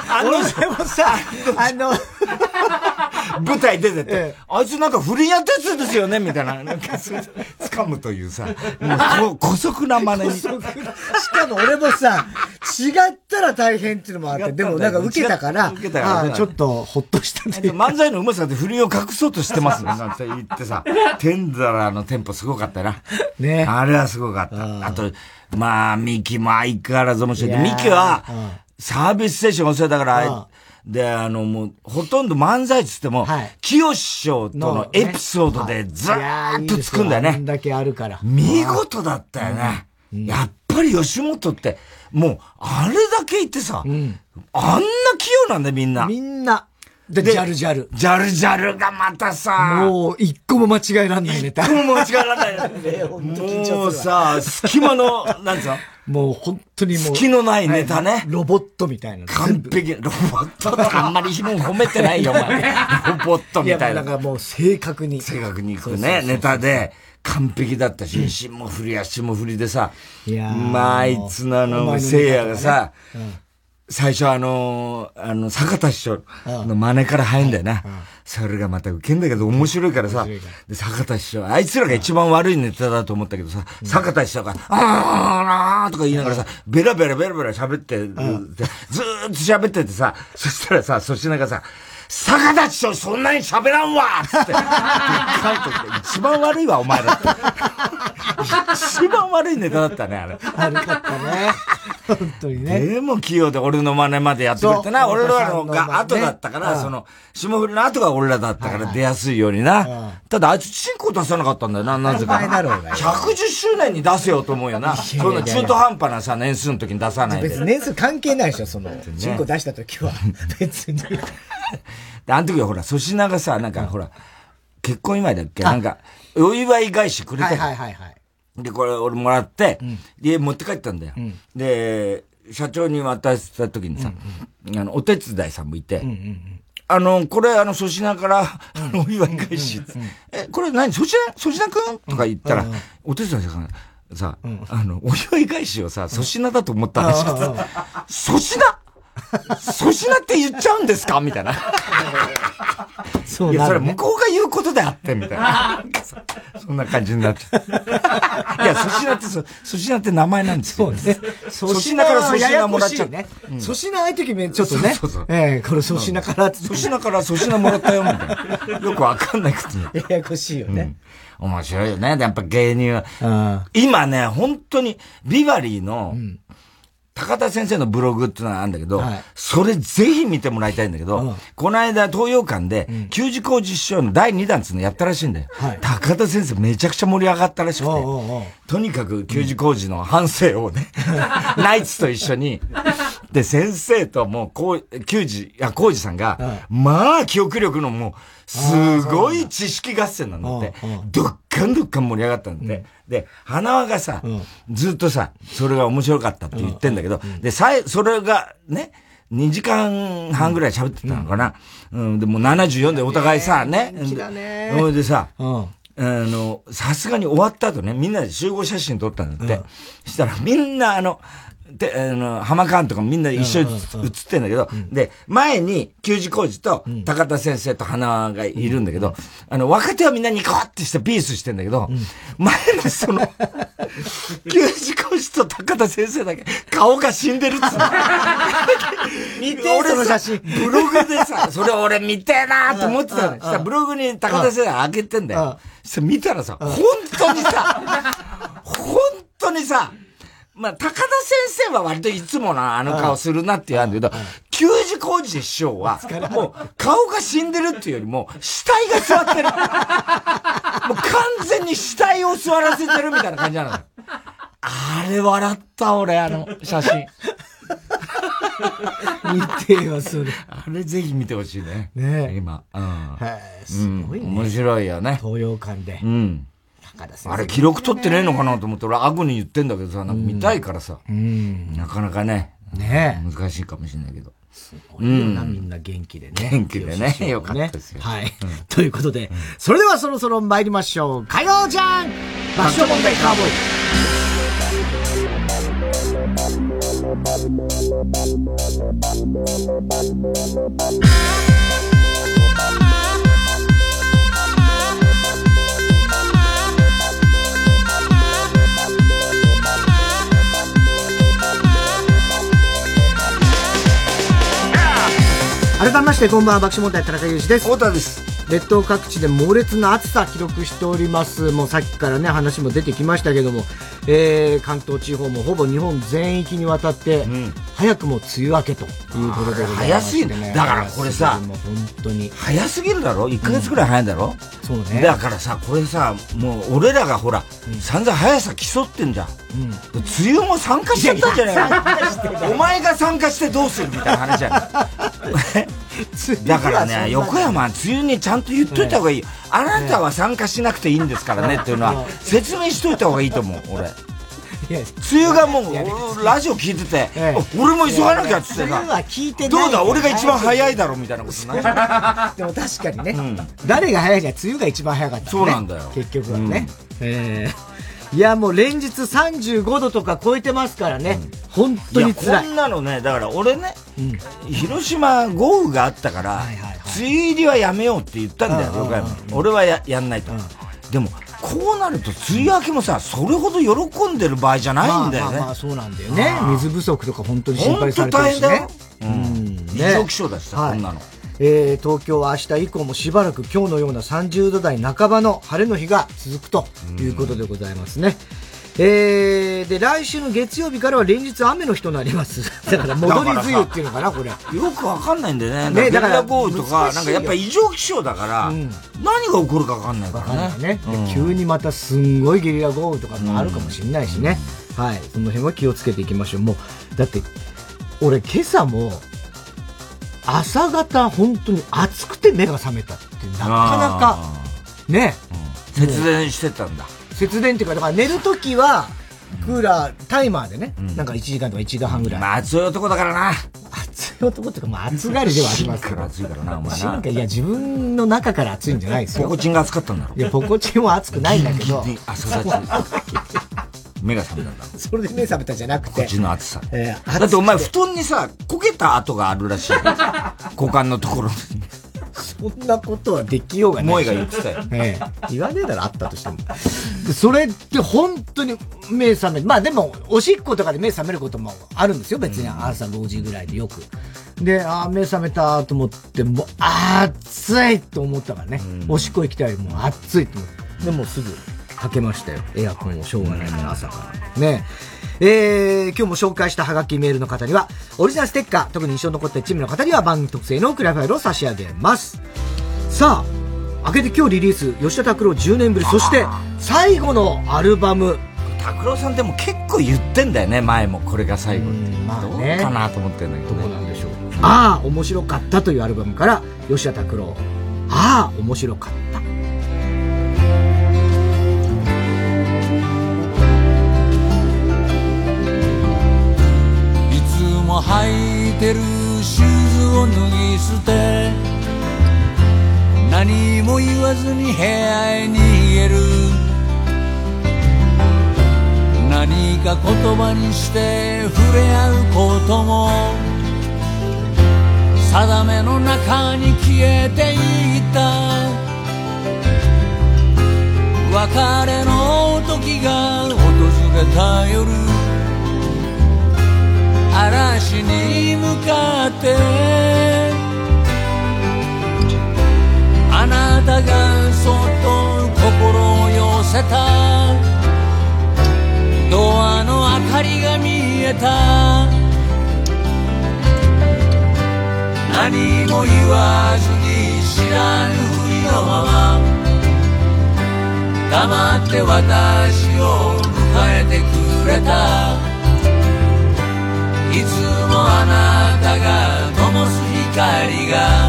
舞台出てて、あいつなんか不倫やったやつですよねみたいな、なんか掴むというさ、姑息な真似に。しかも俺もさ、違ったら大変っていうのもあって、でもなんか受けたから、ちょっとほっとしたね。 漫才の上手さで不倫を隠そうとしてますなんて言ってさ、テンダラーのテンポすごかったな。ね。あれはすごかった。あと、まあ、ミキも相変わらず面白い。ミキは、サービス精神旺盛だから、で、もう、ほとんど漫才つっても、清師匠とのエピソードでずーっとつくんだよね。 あんだけあるから。 見事だったよね。やっぱり吉本って、もう、あれだけ言ってさ、あんな器用なんだよ、みんな。 みんな。で、ジャルジャル。 ジャルジャルがまたさ、 もう、一個も間違えらんないネタ。 一個も間違えらんないネタ。もうさ、隙間の、なんつうのもう本当にもう。 隙のないネタね。 ロボットみたいな。 完璧。ロボットってあんまり褒めてないよ、お前。ロボットみたいな。 いや、なんかもう正確に。 正確にいくね、ネタで。完璧だったし、芯も振り足も振りでさ。 いやまあ、あいつの聖夜がさ、最初坂田師匠の真似から入んだよな。それがまたウケんだけど面白いからさ。で、坂田師匠、あいつらが一番悪いネタだと思ったけどさ、坂田師匠が、あーとか言いながらさ、ベラベラ喋って、ずーっと喋っててさ、そしたらさ、粗品がさ、坂田師匠そんなに喋らんわつって。一番悪いわ、お前らって。一番悪いネタだったね、あれ。 悪かったね。本当にね。 でも器用で俺の真似までやってくれてな。俺らのが後だったから、霜降りの後が俺らだったから出やすいようにな。ただあいつチンコ出さなかったんだよな、なぜか。110周年に出せようと思うよな。その中途半端なさ、年数の時に出さないで。 別に年数関係ないでしょ、チンコ出した時は。別に。 で、あの時はほら、粗品がさ、なんかほら、結婚祝いだっけなんか、お祝い返しくれた。で、これ俺もらって、家持って帰ったんだよ。で、社長に渡した時にさ、お手伝いさんもいて、これ粗品からお祝い返し、これ何粗品くんとか言ったら、お手伝いさんがさ、お祝い返しをさ、粗品だと思ったらしくて、粗品って言っちゃうんですかみたいな。そういや、それ向こうが言うことであって、みたいな。そんな感じになっちゃう。いや、粗品って名前なんですよ。そうね。粗品から粗品もらっちゃう。 粗品ああいう時ちょっとね。これ粗品から粗品から粗品もらったよ、みたいな。よくわかんないことに。 ややこしいよね。 面白いよね。やっぱ芸人は。今ね、本当に、ビバリーの、高田先生のブログってのがあるんだけど、それぜひ見てもらいたいんだけど、この間東洋館で、給仕工事師匠の第2弾っていうのやったらしいんだよ。高田先生めちゃくちゃ盛り上がったらしくて、とにかく給仕工事の反省をね、ナイツと一緒に、で、先生ともう、工事さんが、まあ、記憶力のもう、すごい知識合戦なんだって、どっかん盛り上がったんだって。で、花輪がさ、ずっとさ、それが面白かったって言ってんだけど、で、それがね、2時間半ぐらい喋ってたのかな。で、もう74でお互いさ、ね。でさ、さすがに終わった後ね、みんなで集合写真撮ったんだって。そしたらみんな浜カーンとかみんな一緒に写ってんだけど、で、前に、給仕工事と、高田先生と花がいるんだけど、若手はみんなニコってしてピースしてんだけど、前のその、給仕工事と高田先生だけ、顔が死んでるっつうの。 見て、その写真。 ブログでさ、それ俺見てえなーと思ってたの。したらブログに高田先生あげてんだよ。したら見たらさ、本当にさ、まあ、高田先生は割といつものあの顔するなって言うんだけど、給仕工事師匠は、もう顔が死んでるっていうよりも、死体が座ってる。もう完全に死体を座らせてるみたいな感じなの。あれ笑った俺、写真。 見てよ、それ。 あれぜひ見てほしいね。 ねえ。 今。 すごいね。 面白いよね。 東洋館で。 あれ記録取ってねえのかなと思って俺アゴに言ってんだけどさ、なんか見たいからさ。なかなかね。難しいかもしれないけど。 すごいよな、みんな元気でね。 元気でね。よかったですよ。 はい。ということで、それではそろそろ参りましょう。火曜じゃん爆笑問題カーボーイ。改めましてこんばんは、爆笑問題田中裕二です。 太田です。 列島各地で猛烈な暑さ記録しております。もうさっきからね話も出てきましたけども、関東地方もほぼ日本全域にわたって、早くも梅雨明けということでございます、ね。 早すぎるね。だからこれさ、 もう本当に早すぎるだろ。1ヶ月ぐらい早いんだろ。 そうね。 だからさ、これさ、もう俺らがほら、散々速さ競ってんじゃん。梅雨も参加しちゃったんじゃないか。お前が参加してどうするみたいな話じゃない。だからね、横山、梅雨にちゃんと言っといた方がいいよ。あなたは参加しなくていいんですからねっていうのは、説明しといた方がいいと思う、俺。 梅雨がもう、ラジオ聞いてて、俺も急がなきゃっつってさ、 梅雨は聞いてない。 どうだ、俺が一番早いだろみたいなことな。 でも確かにね、誰が早いじゃん、梅雨が一番早かった。 そうなんだよ。 結局はね。いや、もう連日35度とか超えてますからね。本当に辛い。 こんなのね、だから俺ね、広島豪雨があったから、梅雨入りはやめようって言ったんだよ、横山。俺はやんないと。でも、こうなると梅雨明けもさ、それほど喜んでる場合じゃないんだよね。 まあそうなんだよね。水不足とか本当に心配されてるしね。 異常気象だしさ、こんなの。 東京は明日以降もしばらく今日のような30度台半ばの晴れの日が続くということでございますね。で、来週の月曜日からは連日雨の日となります。だから戻り梅雨っていうのかな、これ。 よくわかんないんだよね。だから豪雨とか、なんかやっぱ異常気象だから、何が起こるかわかんないからね。 急にまたすんごいゲリラ豪雨とかもあるかもしれないしね。はい。その辺は気をつけていきましょう。もう、だって、俺今朝も、朝方本当に暑くて目が覚めたってなかなかね、 節電してたんだ。 節電っていうか、だから寝るときはクーラータイマーでね、なんか1時間とか1時間半ぐらい。 まあ暑い男だからな。 暑い男っていうか、まあ暑がりではありますけど。 暑いからな、お前な。 いや、自分の中から暑いんじゃないですよ。 ポコチンが暑かったんだろ。 いや、ポコチンは暑くないんだけど。 朝立ち。目が覚めたんだ。 それで目覚めたんじゃなくて。 こっちの暑さ。だってお前布団にさ、焦げた跡があるらしい。股間のところに。 そんなことはできようがない。 萌えが言ってたよ。 言わねえだろ、あったとしても。それって本当に目覚める。まあでも、おしっことかで目覚めることもあるんですよ。別に朝5時ぐらいでよく。で、目覚めたと思って、もう、暑いと思ったからね。おしっこ行きたいよりも暑いと思って。でもすぐかけましたよ。エアコンをしょうがないから朝からね。今日も紹介したハガキメールの方にはオリジナルステッカー、特に印象に残ったチームの方には番組特製のクラファイルを差し上げます。さあ、明けて今日リリース吉田拓郎10年ぶり、そして最後のアルバム。 拓郎さんでも結構言ってんだよね、前もこれが最後に。 まあね、 どうかなと思ってんだけどね。 どこなんでしょう。面白かったというアルバムから吉田拓郎、面白かった。 履いてるシューズを脱ぎ捨て、何も言わずに部屋へ逃げる。何か言葉にして触れ合うことも定めの中に消えていった。別れの時が訪れた夜、嵐に向かってあなたがそっと心を寄せた。ドアの明かりが見えた。何も言わずに知らぬふりのまま黙って私を迎えてくれた。いつもあなたが灯す光が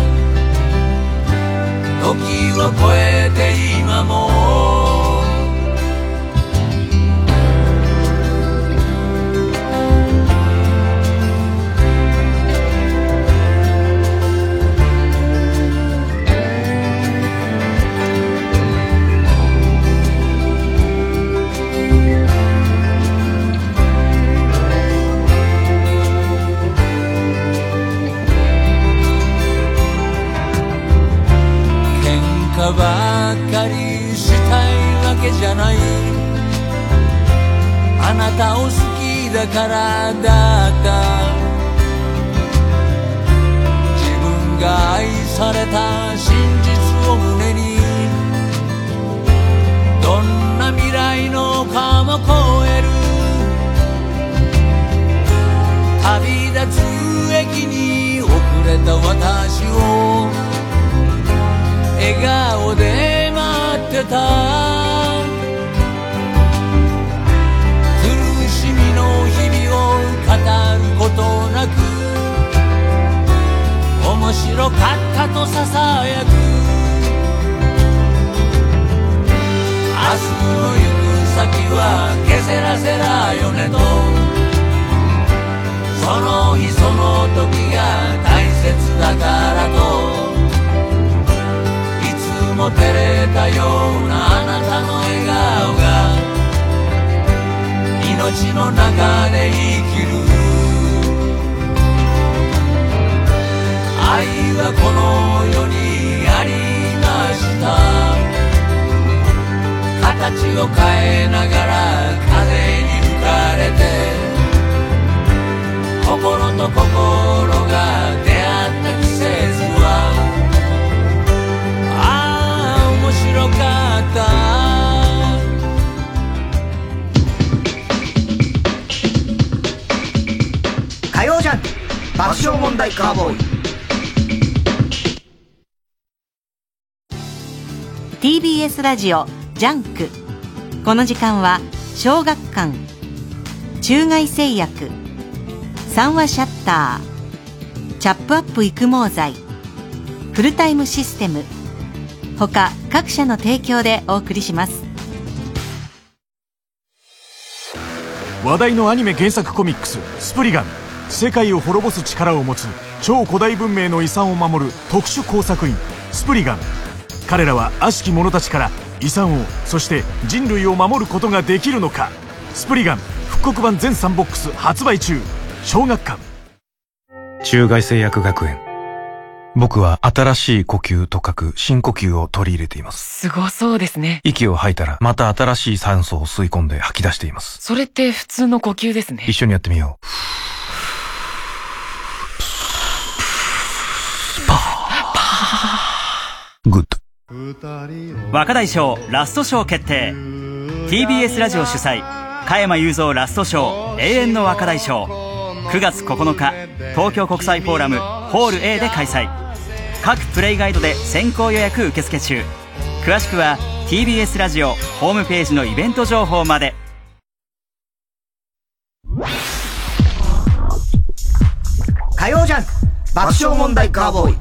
時を超えて今もばっかりしたいわけじゃない。あなたを好きだからだった。自分が愛された真実を胸にどんな未来のかも超える。旅立つ駅に遅れた私を笑顔で待ってた。苦しみの日々を語ることなく面白かったとささやく。明日の行く先はセラセラよねと、その日その時が大切だからと、いつも照れたようなあなたの笑顔が命の中で生きる。愛はこの世にありました。形を変えながら風に吹かれて、心と心が出会った季節はああ面白かった。 火曜ジャンク爆笑問題カーボーイ。 TBS ラジオジャンク。この時間は小学館、中外製薬、三話シャッター、チャップアップ育毛剤、フルタイムシステム他各社の提供でお送りします。 話題のアニメ原作コミックススプリガン、世界を滅ぼす力を持つ超古代文明の遺産を守る特殊工作員スプリガン。彼らは悪しき者たちから遺産を、そして人類を守ることができるのか。スプリガン復刻版全3ボックス発売中。小学館。 中外製薬学園。僕は新しい呼吸と書く深呼吸を取り入れています。 すごそうですね。 息を吐いたらまた新しい酸素を吸い込んで吐き出しています。 それって普通の呼吸ですね。 一緒にやってみよう。グッド。 若大将ラストショー決定。 TBS ラジオ主催加山雄三ラストショー永遠の若大将、9月9日東京国際フォーラムホール A で開催。各プレイガイドで先行予約受付中。詳しくは TBS ラジオホームページのイベント情報まで。 火曜ジャンク爆笑問題カーボーイ。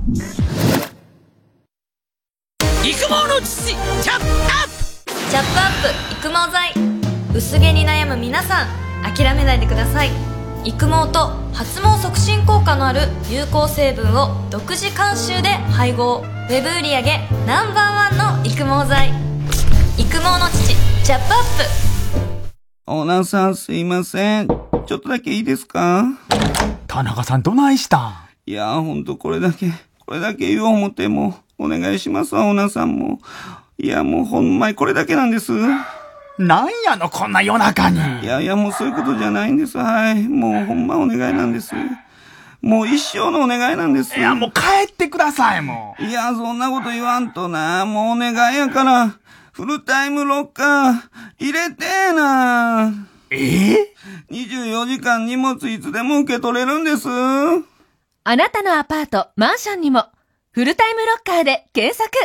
育毛の父チャップアップ。 チャップアップ育毛剤。薄毛に悩む皆さん、諦めないでください。育毛と発毛促進効果のある有効成分を独自監修で配合。ウェブ売上No.1の育毛剤。育毛の父チャップアップ。 オーナーさんすいません、ちょっとだけいいですか。 田中さんどないしたん。 いやほんとこれだけ言おう思ってもお願いしますわ、オーナーさんも。いやもうほんまにこれだけなんです。 なんやのこんな夜中に。 いやもうそういうことじゃないんです。はい、もうほんまお願いなんです。もう一生のお願いなんです。 いやもう帰ってください。もういやそんなこと言わんとな、もうお願いやからフルタイムロッカー入れてーな。24時間荷物いつでも受け取れるんです。 あなたのアパート、マンションにもフルタイムロッカーで検索。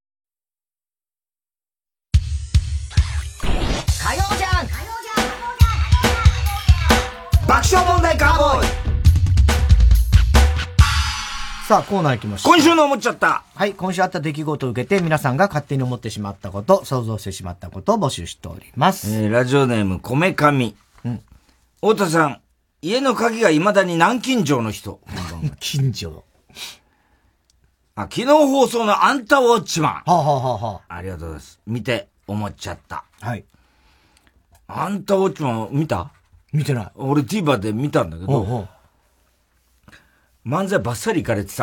火曜ジャンク爆笑問題カーボーイ。さあコーナー行きましょう。 今週の思っちゃった。 はい、今週あった出来事を受けて皆さんが勝手に思ってしまったこと、想像してしまったことを募集しております。 ラジオネームこめかみ。太田さん、家の鍵が未だに南京錠の人。 南京錠。 昨日放送のアンタウォッチマン。 はありがとうございます。見て思っちゃった。 はい。 アンタウォッチマン見た？ 見てない。 俺 TVer で見たんだけど、漫才バッサリいかれてた。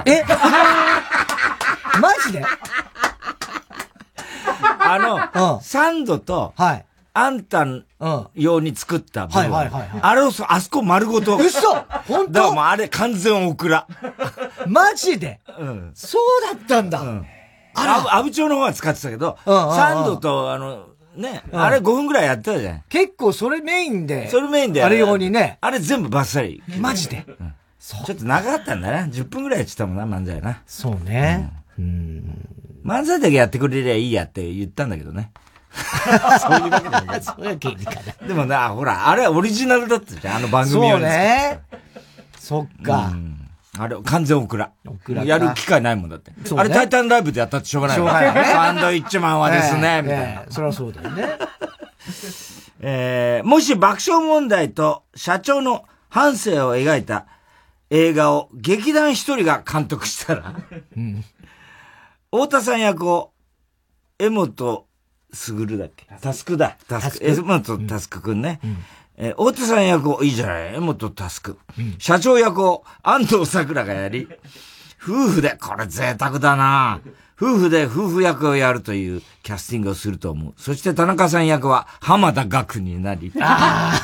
マジでサンドと、あんた用に作った部分。あれを、あそこ丸ごと。 嘘本当？ だからもうあれ完全オクラ。 マジでそうだったんだ。 阿武町の方は使ってたけど、サンドとあれ5分くらいやってたじゃん。 結構それメインで。 あれ用にね。 あれ全部バッサリ。 マジでちょっと長かったんだな。10分くらいやってたもんな、漫才な。 そうね。 漫才だけやってくれりゃいいやって言ったんだけどね。そういうわけだよね。 そういうわけにかな。 でもな、ほら、あれはオリジナルだったじゃん、あの番組用に。そうね。そっか。 あれ、完全オクラ。やる機会ないもんだって。あれ、タイタンライブでやったってしょうがない。サンドイッチマンはですね、みたいな。 そりゃそうだよね。 もし爆笑問題と社長の半生を描いた映画を劇団一人が監督したら、太田さん役を江本卓だっけ？タスクだ。江本佑くんね。太田さん役を、いいじゃない、江本佑。社長役を安藤サクラがやり、夫婦で、これ贅沢だな夫婦で夫婦役をやるというキャスティングをすると思う。そして田中さん役は浜田岳になり。確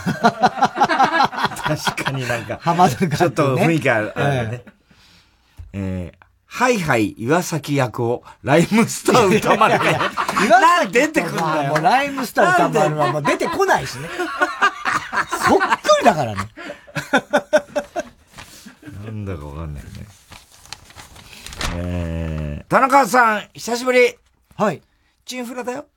かになんか、 浜田岳、ね、 ちょっと雰囲気あるね。ハイハイ岩崎役をライムスター歌丸がなんで出てくんだよ。 もうライムスター歌丸はもう出てこないしね。そっくりだからね。 なんだかわかんないね。田中さん、久しぶり。 はい。 チンフラだよ。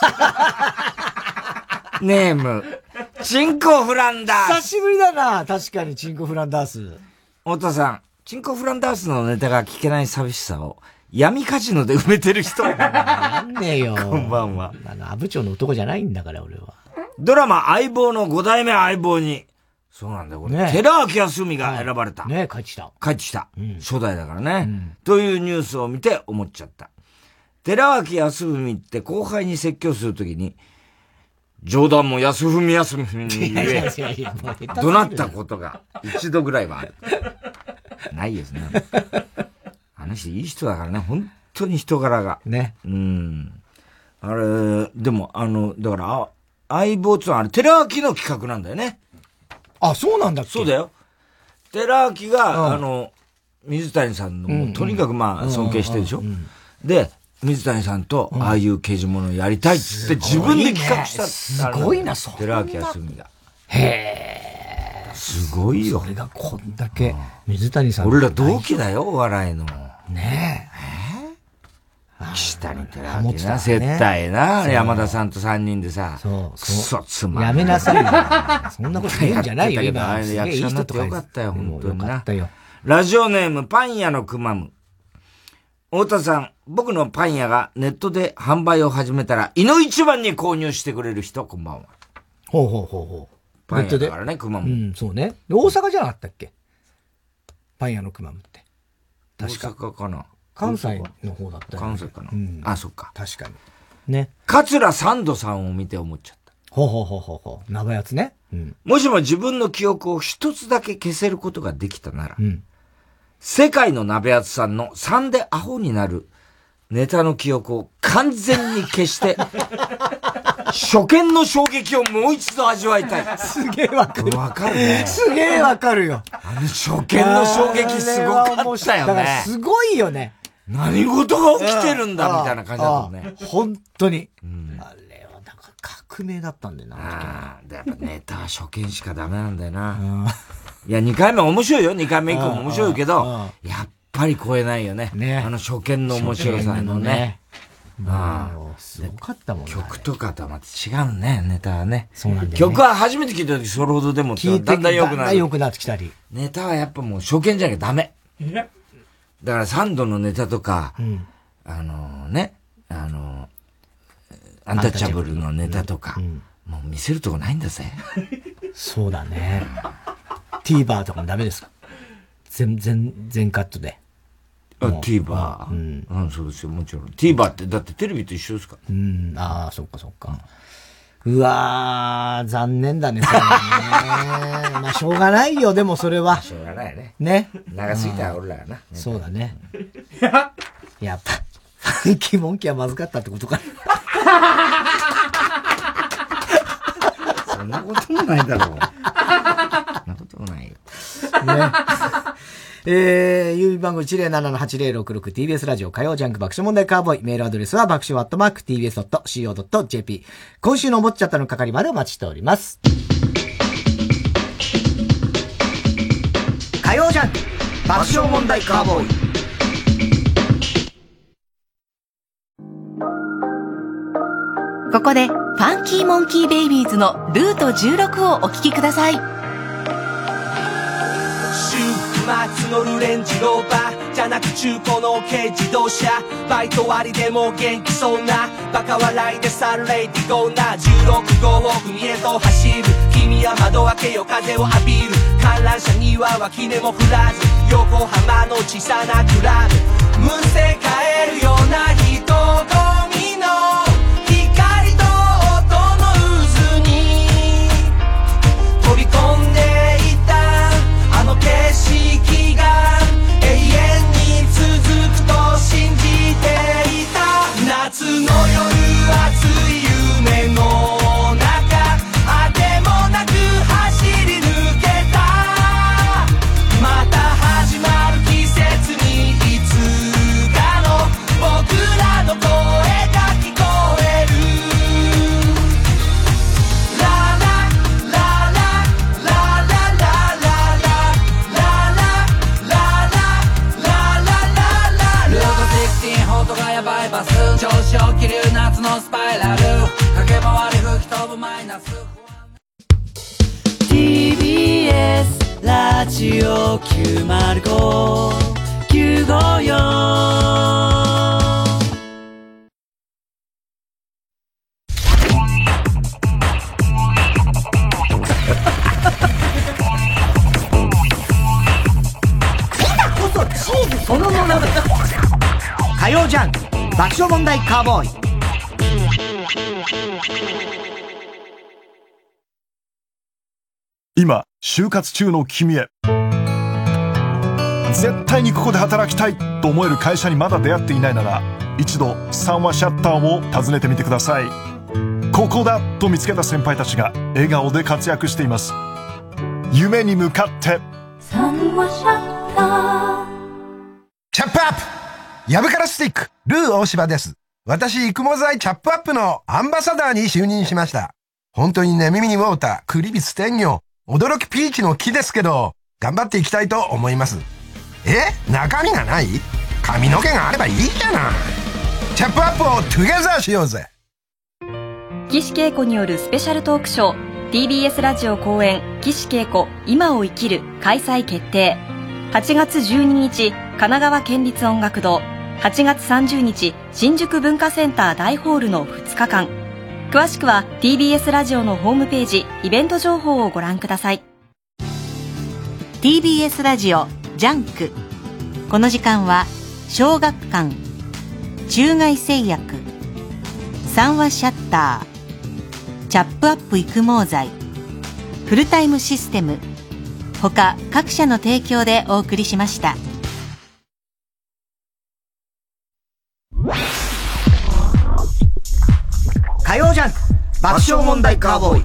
ネーム、チンコフランダース。 久しぶりだな、確かにチンコフランダース。 太田さん、チンコフランダースのネタが聞けない寂しさを闇カジノで埋めてる人。 なんねえよ。 こんばんは。 阿武町の男じゃないんだから、俺は。 ドラマ相棒の5代目相棒に、そうなんだよ、これ。ね、寺脇康文が選ばれた。 ね、帰ってきた。 帰ってきた。初代だからね、というニュースを見て思っちゃった。寺脇康文って後輩に説教するときに、冗談も安文に言え、怒鳴ったことが一度ぐらいはある。ないですね。あの人いい人だからね、本当に人柄が。 ね。 あれ、でもだから、相棒ってのはあれ、寺脇の企画なんだよね。 あ、そうなんだっけ？ そうだよ。寺脇が、水谷さんの、とにかく尊敬してるでしょ。で、水谷さんと、ああいう刑事物をやりたいっつって自分で企画した。 すごいな、そう。 寺脇康文が。 へー。 すごいよ。 それがこんだけ、水谷さん。 俺ら同期だよ、お笑いの。 ねえ。岸谷寺脇な、接待な、山田さんと3人でさ、くそつまんない。 やめなさいよ。そんなこと言うんじゃないよ、今。 役者になってよかったよ、本当にな。 よかったよ。 ラジオネーム、パン屋のくまむ。太田さん、僕のパン屋がネットで販売を始めたら、いの一番に購入してくれる人、こんばんは。 ほう。 パン屋だからね、くまむ。 そうね。大阪じゃなかったっけ？パン屋のくまむって。 確か。大阪かな。 関西の方だったよね。 関西かな。あ、そっか。 確かに。ね。 桂三度さんを見て思っちゃった。 ほう。生やつね。 もしも自分の記憶を一つだけ消せることができたなら、世界の鍋厚さんの3でアホになるネタの記憶を完全に消して、初見の衝撃をもう一度味わいたい。 すげえわかる。 わかるね。 すげえわかるよ。 初見の衝撃すごかったよね。 だからすごいよね。 何事が起きてるんだみたいな感じだったね。 本当に。あれはなんか革命だったんだよな。 やっぱネタは初見しかダメなんだよな。いや、2回目面白いよ。2回目以降も面白いけど、やっぱり超えないよね。初見の面白さのね。 すごかったもんね。 曲とかとはまた違うね、ネタはね。 そうなんだよね。 曲は初めて聞いた時それほどでも、だんだん良くなる。 だんだん良くなってきたり。 ネタはやっぱもう初見じゃなきゃダメ。だからサンドのネタとか、アンタッチャブルのネタとか、もう見せるとこないんだぜ。 そうだね。TVer とかもダメですか？全カットで。 TVer。そうですよ、もちろん。TVer ってだってテレビと一緒ですか？ そっか。うわー、残念だね、それね。まあ、しょうがないよ、でもそれは。 しょうがないね。 ね。 長すぎたら俺らがな。 そうだね。やっぱ、ファンキーモンキーはまずかったってことか。 そんなこともないだろう。そんなこともないよ。 ね。郵便番号 107-8066 TBS ラジオ火曜ジャンク爆笑問題カーボーイ。メールアドレスは爆笑@tbs.co.jp。今週の思っちゃったの係までお待ちしております。火曜ジャンク爆笑問題カーボーイ。 ここでファンキーモンキーベイビーズのルート16をお聴きください。 週末のルレンジローバーじゃなく中古の軽自動車バイト割でも元気そうなバカ笑いでサンレイディゴーな16号を海へと走る君は窓開けよ風を浴びる観覧車には脇目も振らず横浜の小さなクラブむせ返るような人混みの光と音の渦に飛び込んでいたあの景色が永遠に続くと信じていた夏の夜熱い夢の中あてもなく走り抜けたまた始まる季節にいつかの僕らの声が聞こえるラララララララララルート16ホートがやばいバス調子を切る夏のスパイラル駆け回り吹き飛ぶマイナス TBS ラジオ905-954 そのもの火曜ジャンク爆笑問題カーボーイ。 今就活中の君へ、絶対にここで働きたいと思える会社にまだ出会っていないなら一度三話シャッターを訪ねてみてください。ここだと見つけた先輩たちが笑顔で活躍しています。夢に向かって三話シャッター。 チャップアップヤブカラスティックルー大柴です。私育毛剤チャップアップのアンバサダーに就任しました。本当にね耳にウォータークリビス天魚驚きピーチの木ですけど頑張っていきたいと思います。中身がない？髪の毛があればいいじゃない。チャップアップをトゥゲザーしようぜ。 岸恵子によるスペシャルトークショー TBS ラジオ公演岸恵子今を生きる開催決定。8月12日神奈川県立音楽堂、8月30日新宿文化センター大ホールの2日間。詳しくは TBS ラジオのホームページイベント情報をご覧ください。 TBS ラジオジャンク。この時間は小学館、中外製薬、三話シャッター、チャップアップ育毛剤、フルタイムシステム他各社の提供でお送りしました。 火曜ジャンク爆笑問題カーボーイ。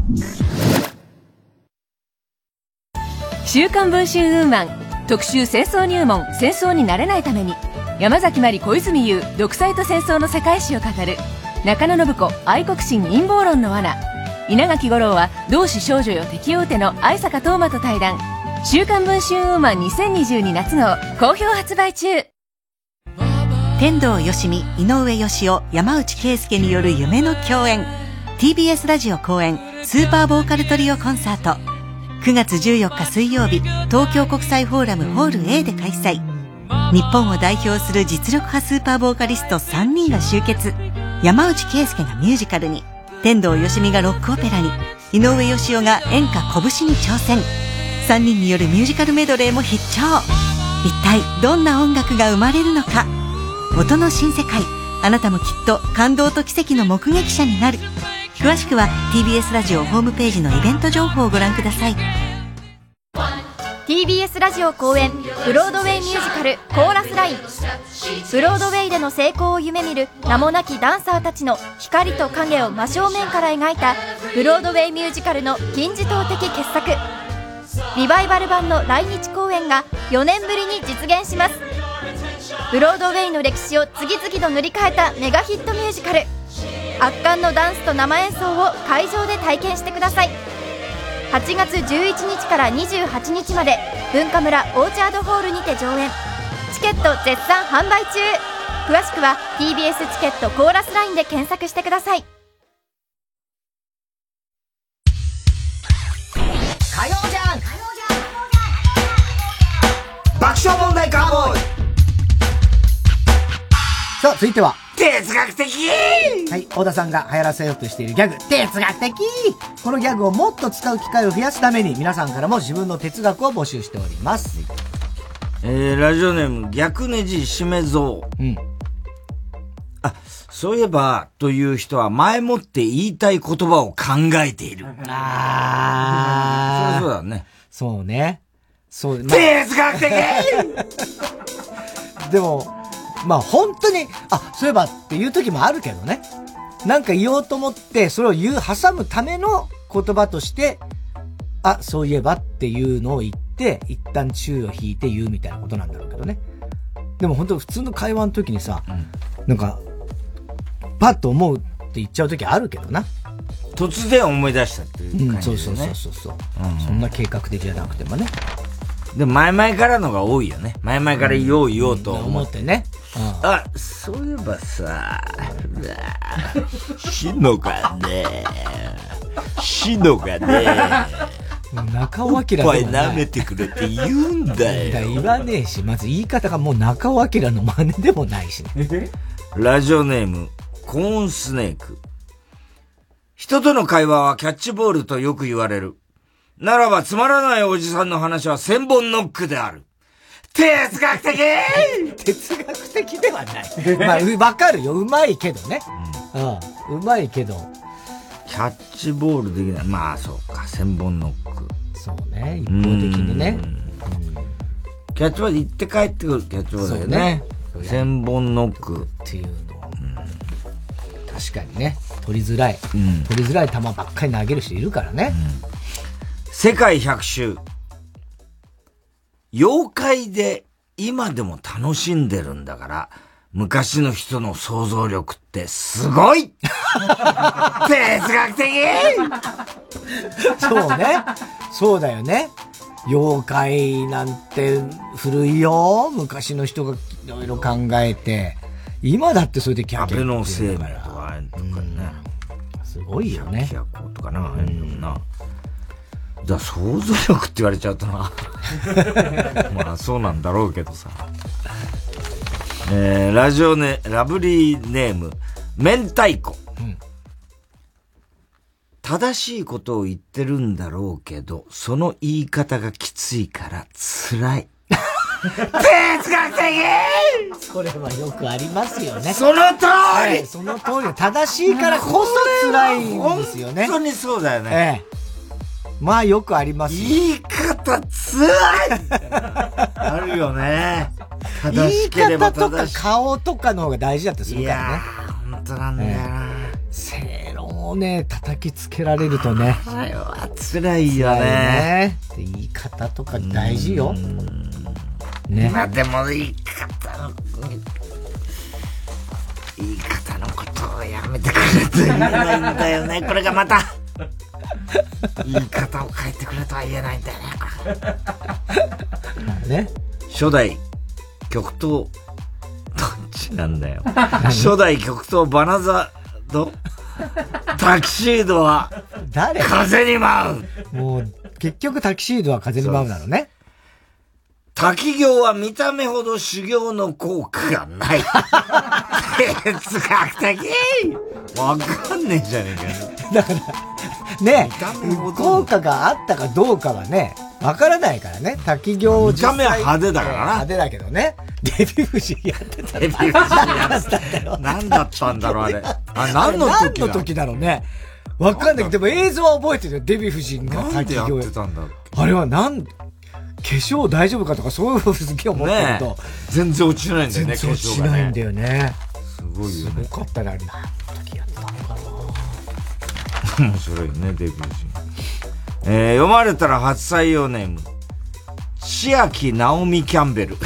週刊文春ウーマン特集戦争入門、戦争になれないために、山崎まり小泉悠独裁と戦争の世界史を語る中野信子愛国心陰謀論の罠。稲垣吾郎は同志少女よ敵を撃ての愛坂東馬と対談。週刊文春ウーマン2022夏号好評発売中。 天童よしみ、井上芳雄、山内圭介による夢の共演。 TBS ラジオ公演スーパーボーカルトリオコンサート、9月14日水曜日東京国際フォーラムホール A で開催。日本を代表する実力派スーパーボーカリスト3人が集結。山内圭介がミュージカルに、天童よしみがロックオペラに、井上芳雄が演歌拳に挑戦。3人によるミュージカルメドレーも必聴。一体どんな音楽が生まれるのか。音の新世界、あなたもきっと感動と奇跡の目撃者になる。詳しくは TBS ラジオホームページのイベント情報をご覧ください。 TBS ラジオ公演ブロードウェイミュージカルコーラスライン。ブロードウェイでの成功を夢見る名もなきダンサーたちの光と影を真正面から描いたブロードウェイミュージカルの金字塔的傑作。リバイバル版の来日公演が4年ぶりに実現します。ブロードウェイの歴史を次々と塗り替えたメガヒットミュージカル。圧巻のダンスと生演奏を会場で体験してください。8月11日から28日まで文化村オーチャードホールにて上演。チケット絶賛販売中。詳しくは TBS チケットコーラスラインで検索してください。 火曜じゃん爆笑問題カーボーイ。 さあ、続いては。 哲学的。 はい、小田さんが流行らせようとしているギャグ、哲学的。このギャグをもっと使う機会を増やすために、皆さんからも自分の哲学を募集しております。 ラジオネーム、逆ネジしめぞう。うん。あ、そういえば、という人は前もって言いたい言葉を考えている。 ああ。そうだね。 そうね。そう。 哲学的でも、まあ本当に、そういえばっていう時もあるけどね。なんか言おうと思って、それを挟むための言葉として、そういえばっていうのを言って、一旦注意を引いて言うみたいなことなんだろうけどね。でも本当普通の会話の時にさ、なんか、パッと思うって言っちゃう時あるけどな。 突然思い出したっていう感じですね。そう。そんな計画的じゃなくてもね。 でも前々からのが多いよね。前々から言おうと思ってね。 そういえばさ、しのがね、 中尾明でもない。おっぱい舐めてくれって言うんだよ。 言わねえし、まず言い方がもう中尾明の真似でもないしね。 ラジオネーム、コーンスネーク。人との会話はキャッチボールとよく言われる。ならばつまらないおじさんの話は千本ノックである。哲学的哲学的ではない。まあ、わかるよ。うまいけどね。うまいけど。 キャッチボールできない。まあ、そうか。千本ノック。 そうね。一方的にね。 キャッチボールで行って帰ってくるキャッチボールだよね。千本ノック。 っていうのは。確かにね。取りづらい。取りづらい球ばっかり投げる人いるからね。 世界100周。妖怪で今でも楽しんでるんだから、昔の人の想像力ってすごい哲学的そうね。そうだよね。妖怪なんて古いよ。昔の人がいろいろ考えて。今だってそれでキャッキャ安倍の生命とかね。 すごいよね。 キャッコとかな。だ想像力って言われちゃうとな。まあそうなんだろうけどさ。ラジオね、ラブリーネーム、明太子。正しいことを言ってるんだろうけど、その言い方がきついから辛い。哲学的それはよくありますよね。 その通り、 その通り。正しいからこそ辛いんですよね。 本当にそうだよね。 まあよくありますよ。 言い方辛いあるよね。正しければ正しい。 言い方とか顔とかの方が大事だったりするからね。 いやー、本当なんだよな。 正論をね、叩きつけられるとね。 あれは辛いよね。 言い方とか大事よ。ね。 まあでも言い方のことをやめてくれと言えないんだよね。これがまた。言い方を変えてくれとは言えないんだよね。 ね。 初代極東、どっちなんだよ。初代極東バナザドタキシードは誰？ 風に舞う。もう結局タキシードは風に舞うなのね。 滝行は見た目ほど修行の効果がない。哲学的わかんねえじゃねえかよ。 だから、ね、効果があったかどうかはね、わからないからね。滝行を見た目は派手だからな。 派手だけどね。デヴィ夫人やってた。 デヴィ夫人やってたよ。何だったんだろう、あれ。何の時だろうね。わかんないけど、でも映像は覚えてるよ。デヴィ夫人が滝行やってたんだろう。 あれは化粧大丈夫かとかそういうのすげえ思ってると、 全然落ちないんだよね。 全然落ちないんだよね。 すごいよね。 すごかったね、あれ。何の時やったのかな。面白いよね、デヴィ夫人。読まれたら初採用ネーム、千秋直美キャンベル。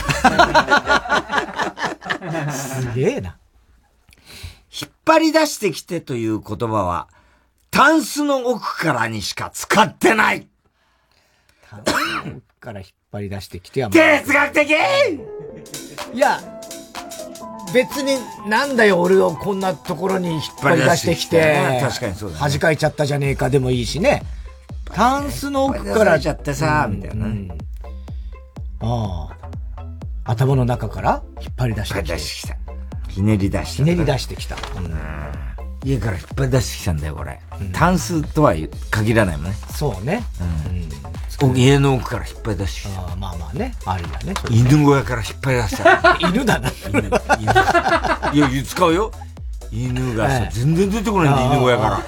すげえな。 引っ張り出してきてという言葉は、タンスの奥からにしか使ってない。 タンスの奥から引っ張り出してきては、 哲学的！ いや、別になんだよ俺をこんなところに引っ張り出してきて、 確かにそうだね。 恥かいちゃったじゃねえかでもいいしね。タンスの奥から。 ちゃってさ、みたいな。 ああ。頭の中から引っ張り出してきた。 ひねり出して。 ひねり出してきた。 家から引っ張り出してきたんだよ、これ。タンスとは限らないもんね。 そうね。 家の奥から引っ張り出してきた。 まあまあね。あるよね。 犬小屋から引っ張り出した。 犬だな。 いや、使うよ。犬がさ、全然出てこないんだ、犬小屋から。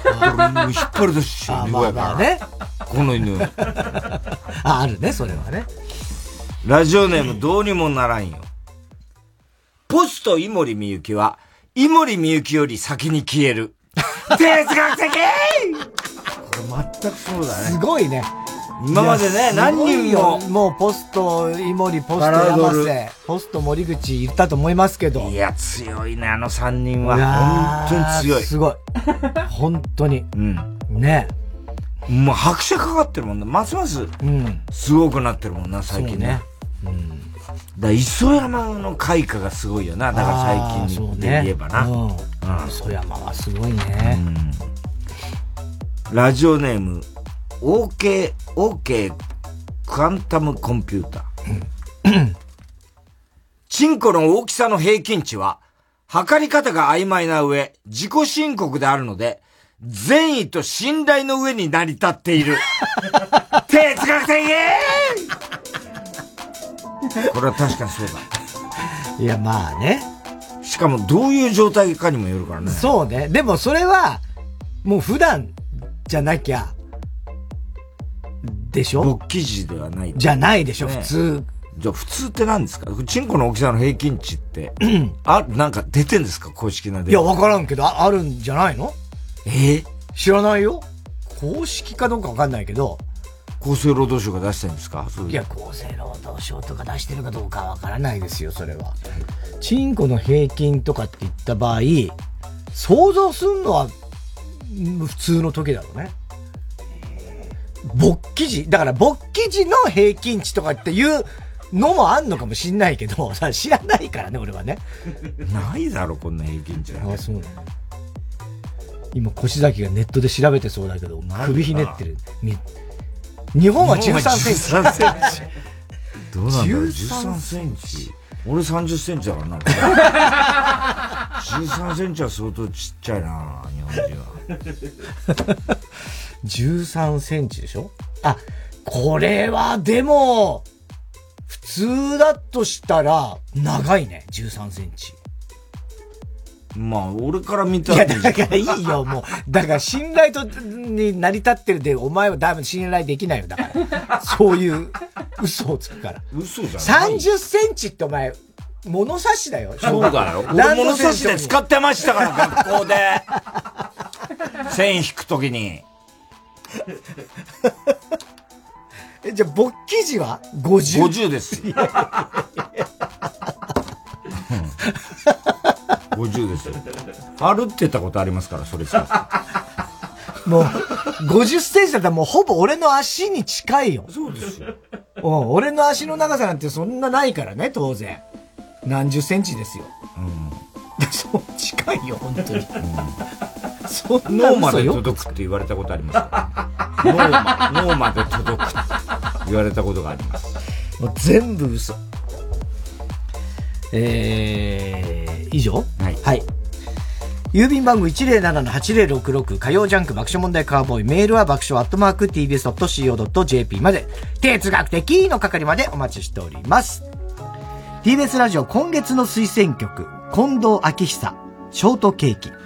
引っ張り出してきた、犬小屋から。 ね。 この犬。 あるね、それはね。 ラジオネームどうにもならんよ。ポスト井森美幸は、井森美幸より先に消える。哲学的これ全くそうだね。 すごいね。 今までね、何人も。 もうポスト井森、ポスト山瀬、ポスト森口言ったと思いますけど。 いや、強いね、あの3人は。本当に強い。 すごい。本当に。ね。 もう拍車かかってるもんな。ますます、すごくなってるもんな、最近ね。だ磯山の開花がすごいよな。だから最近で言えばな。 磯山はすごいね。 ラジオネーム、OK クアンタムコンピューター。チンコの大きさの平均値は、測り方が曖昧な上、自己申告であるので、善意と信頼の上に成り立っている。哲学的これは確かにそうだ。 いや、まあね。 しかもどういう状態かにもよるからね。 そうね。でもそれは、もう普段じゃなきゃ、でしょ？ 勃起時ではない。 じゃないでしょ、普通。 じゃあ普通って何ですか？チンコの大きさの平均値って、なんか出てんですか？公式なデータ。 いや、わからんけど、あるんじゃないの？知らないよ。公式かどうかわかんないけど。 厚生労働省が出してるんですか？ いや、厚生労働省とか出してるかどうかわからないですよ、それは。チンコの平均とかって言った場合、想像するのは普通の時だろうね。勃起時だから勃起時の平均値とかっていうのもあんのかもしんないけど、知らないからね、俺はね。 ないだろ、こんな平均値は。 あ、そうなの。今、腰崎がネットで調べてそうだけど、首ひねってる。日本は13センチ。 13センチ。どうなんだろう、13センチ。俺30センチだからな。13センチは相当ちっちゃいな、日本人は。 13センチでしょ？あ、これはでも、普通だとしたら、長いね、13センチ。 まあ、俺から見たら。 いや、だからいいよ、もう。だから信頼に成り立ってるで、お前はだいぶ信頼できないよ、だから。そういう嘘をつくから。 嘘じゃない。 30センチってお前、物差しだよ。 そうだよ。俺物差しで使ってましたから、学校で。線引くときに。 じゃあ、勃起時は 50？ 50です。50ですよ。歩ってたことありますから、それさ。 もう、50センチだったらもうほぼ俺の足に近いよ。 そうですよ。 俺の足の長さなんてそんなないからね、当然。何十センチですよ。そう、近いよ、本当に。 そんな脳まで届くって言われたことありますか？脳まで届くって言われたことがあります。 もう全部嘘。以上？はい。郵便番号 107-8066 火曜ジャンク爆笑問題カーボーイ。メールは爆笑@tbs.co.jp まで。哲学的の係までお待ちしております。TBS ラジオ今月の推薦曲、近藤昭久、ショートケーキ。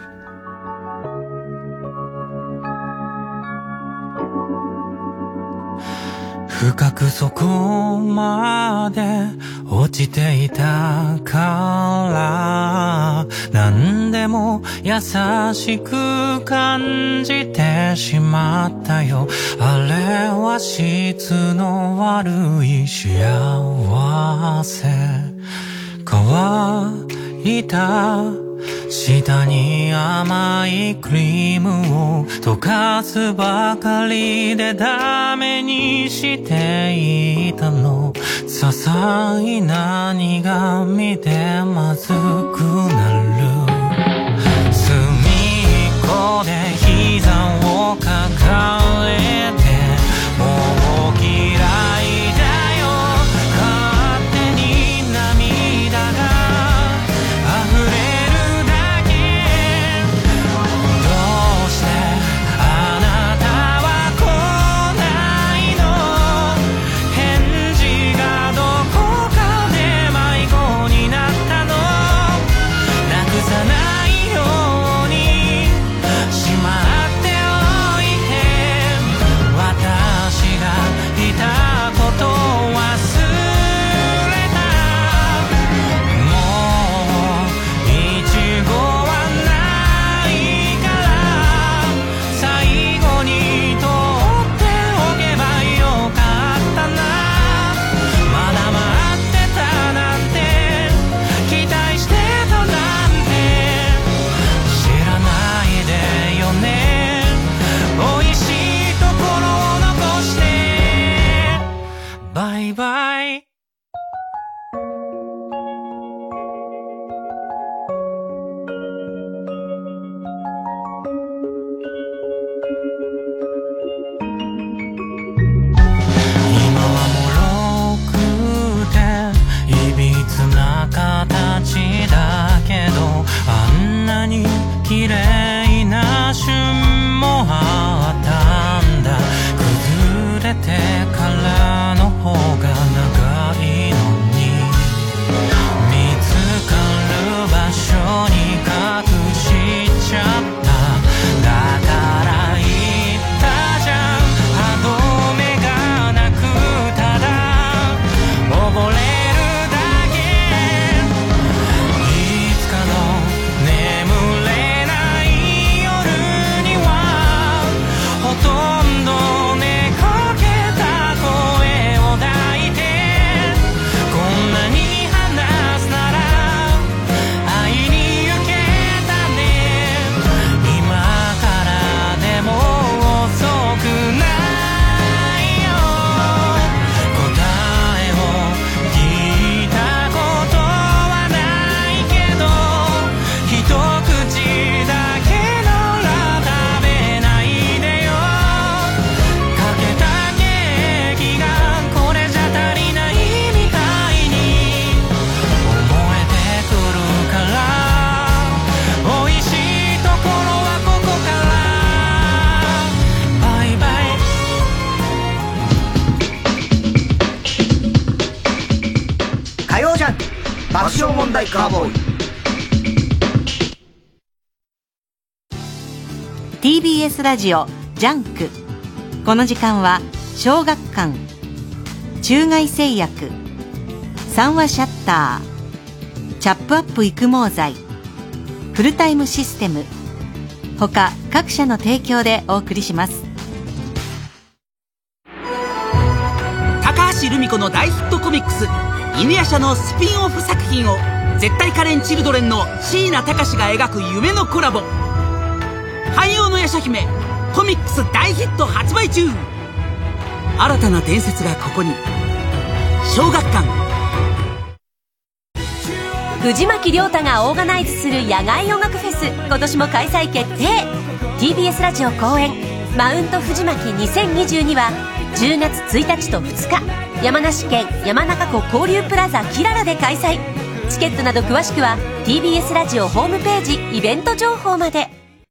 深くそこまで落ちていたから何でも優しく感じてしまったよ。あれは質の悪い幸せ。乾いた下に甘いクリームを溶かすばかりでダメにしていたの。些細な苦味でまずくなる。隅っこで膝を抱えてもう嫌いだよ。勝手に涙が溢れる笑問題カーボーイ。 TBS ラジオジャンク。この時間は小学館、中外製薬、三話シャッター、チャップアップ育毛剤、フルタイムシステム他各社の提供でお送りします。 高橋留美子の大ヒットコミックス犬夜叉のスピンオフ作品を絶対可憐チルドレンの椎名隆が描く夢のコラボ。汎用の夜叉姫コミックス大ヒット発売中。新たな伝説がここに。小学館。 藤巻亮太がオーガナイズする野外音楽フェス、今年も開催決定。 TBS ラジオ公演マウント藤巻2022は10月1日と2日山梨県山中湖交流プラザキララで開催。チケットなど詳しくは TBS ラジオホームページイベント情報まで。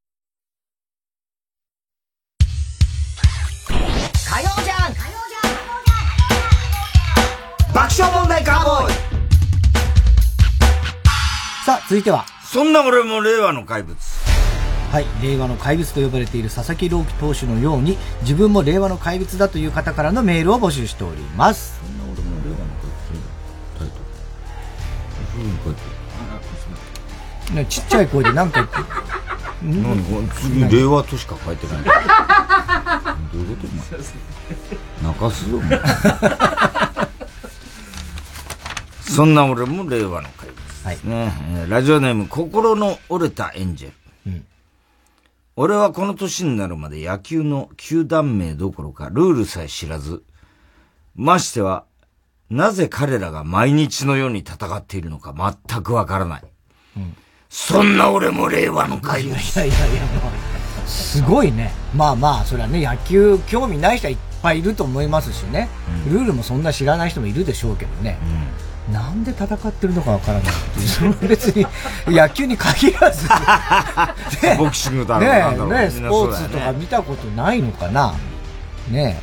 火曜じゃん爆笑問題カーボーイ。 さあ、続いては。 そんな俺も令和の怪物。 はい、令和の怪物と呼ばれている佐々木朗希投手のように、自分も令和の怪物だという方からのメールを募集しております。 そんな俺も令和の怪物。タイトル。 ね、ちっちゃい声で何か言って。 何次令和としか書いてない。どういうこと泣かすぞ、お前。そんな俺も令和の怪物ですね。はい、ラジオネーム、心の折れたエンジェル。俺はこの年になるまで野球の球団名どころかルールさえ知らず、ましては、なぜ彼らが毎日のように戦っているのか全くわからない。そんな俺も令和の怪物。 いや、もう、すごいね。まあまあ、それはね、野球興味ない人はいっぱいいると思いますしね。ルールもそんな知らない人もいるでしょうけどね。なんで戦ってるのかわからないっていう、その別に野球に限らずね、ボクシングだろうなんだろうね、スポーツとか見たことないのかなね。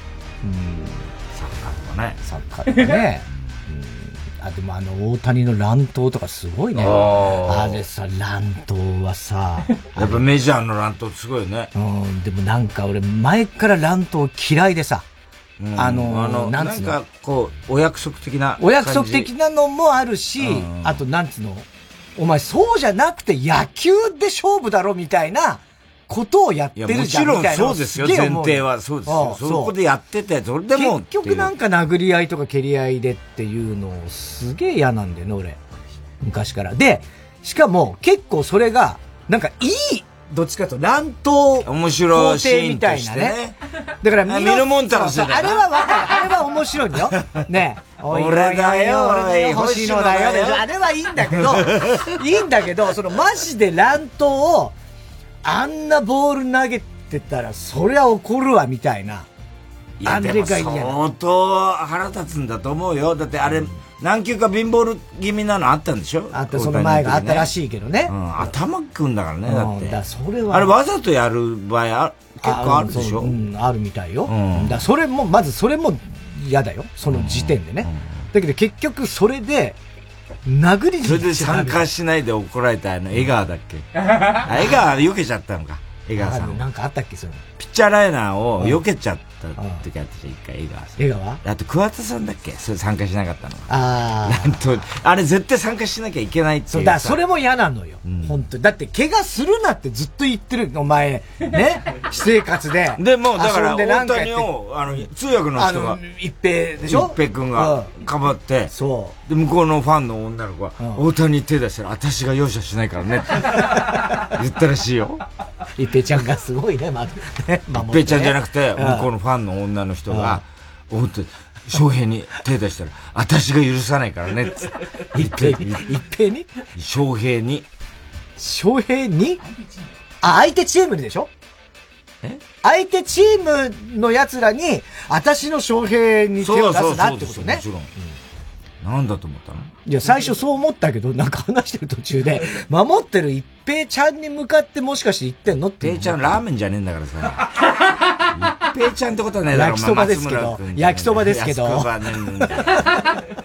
サッカーとかね。あ、でも大谷の乱闘とかすごいね。あれさ、乱闘はさ、 やっぱメジャーの乱闘すごいね。 でもなんか俺前から乱闘嫌いでさ、なんかこうお約束的なお約束的なのもあるし、あとなんつうの、お前そうじゃなくて野球で勝負だろみたいなことをやってるじゃんみたいな。 もちろんそうですよ、前提はそうですよ。そこでやってて、それでも結局なんか殴り合いとか蹴り合いでっていうのすげえ嫌なんだよね、俺。昔から。で、しかも結構それがなんかいい、どっちかと乱闘面白いシーンとしてね。 だから見るもんたらそう、あれはわかる。あれは面白いんだよ。ね。 俺だよ、 俺の欲しいのだよ。あれはいいんだけど、そのマジで乱闘をあんなボール投げてたらそりゃ怒るわみたいな。 あれが嫌だ。相当腹立つんだと思うよ。だってあれ、何球か貧乏ル気味なのあったんでしょ。 あった、その前があったらしいけどね。 頭くんだからね、だって。 それはあれわざとやる場合結構あるでしょ。 あるみたいよ。だそれも、まずそれも嫌だよ。その時点でね。だけど結局それで、殴りにそれで参加しないで怒られた江川だっけ。江川避けちゃったのか。江川さん。 なんかあったっけ、それ。 ピッチャーライナーを避けちゃった時あったじゃん、一回江川さん。 江川あと桑田さんだっけ、それ参加しなかったの。 なんと、あれ絶対参加しなきゃいけないっていう。 そうだ、それも嫌なのよ。本当に。だって怪我するなってずっと言ってる、お前、ね。私生活で。 でも、だから、大谷を、通訳の人が。 一平でしょ。 一平くんが、かばって。 そう。 で、向こうのファンの女の子が、大谷に手出したら、私が容赦しないからね。言ったらしいよ。 一平ちゃんがすごいね、まず。 一平ちゃんじゃなくて、向こうのファンの女の人が、本当に、翔平に手出したら、私が許さないからね、つって。 一平に翔平に。 翔平に相手チームにでしょ。相手チームの奴らに、私の翔平に手を出すなってことね。 もちろん。なんだと思ったの？ いや、最初そう思ったけど、なんか話してる途中で、守ってる一平ちゃんに向かってもしかして言ってんのって。 一平ちゃんラーメンじゃねえんだからさ。一平ちゃんってことはねえだろ、 焼きそばですけど。焼きそばですけど。 松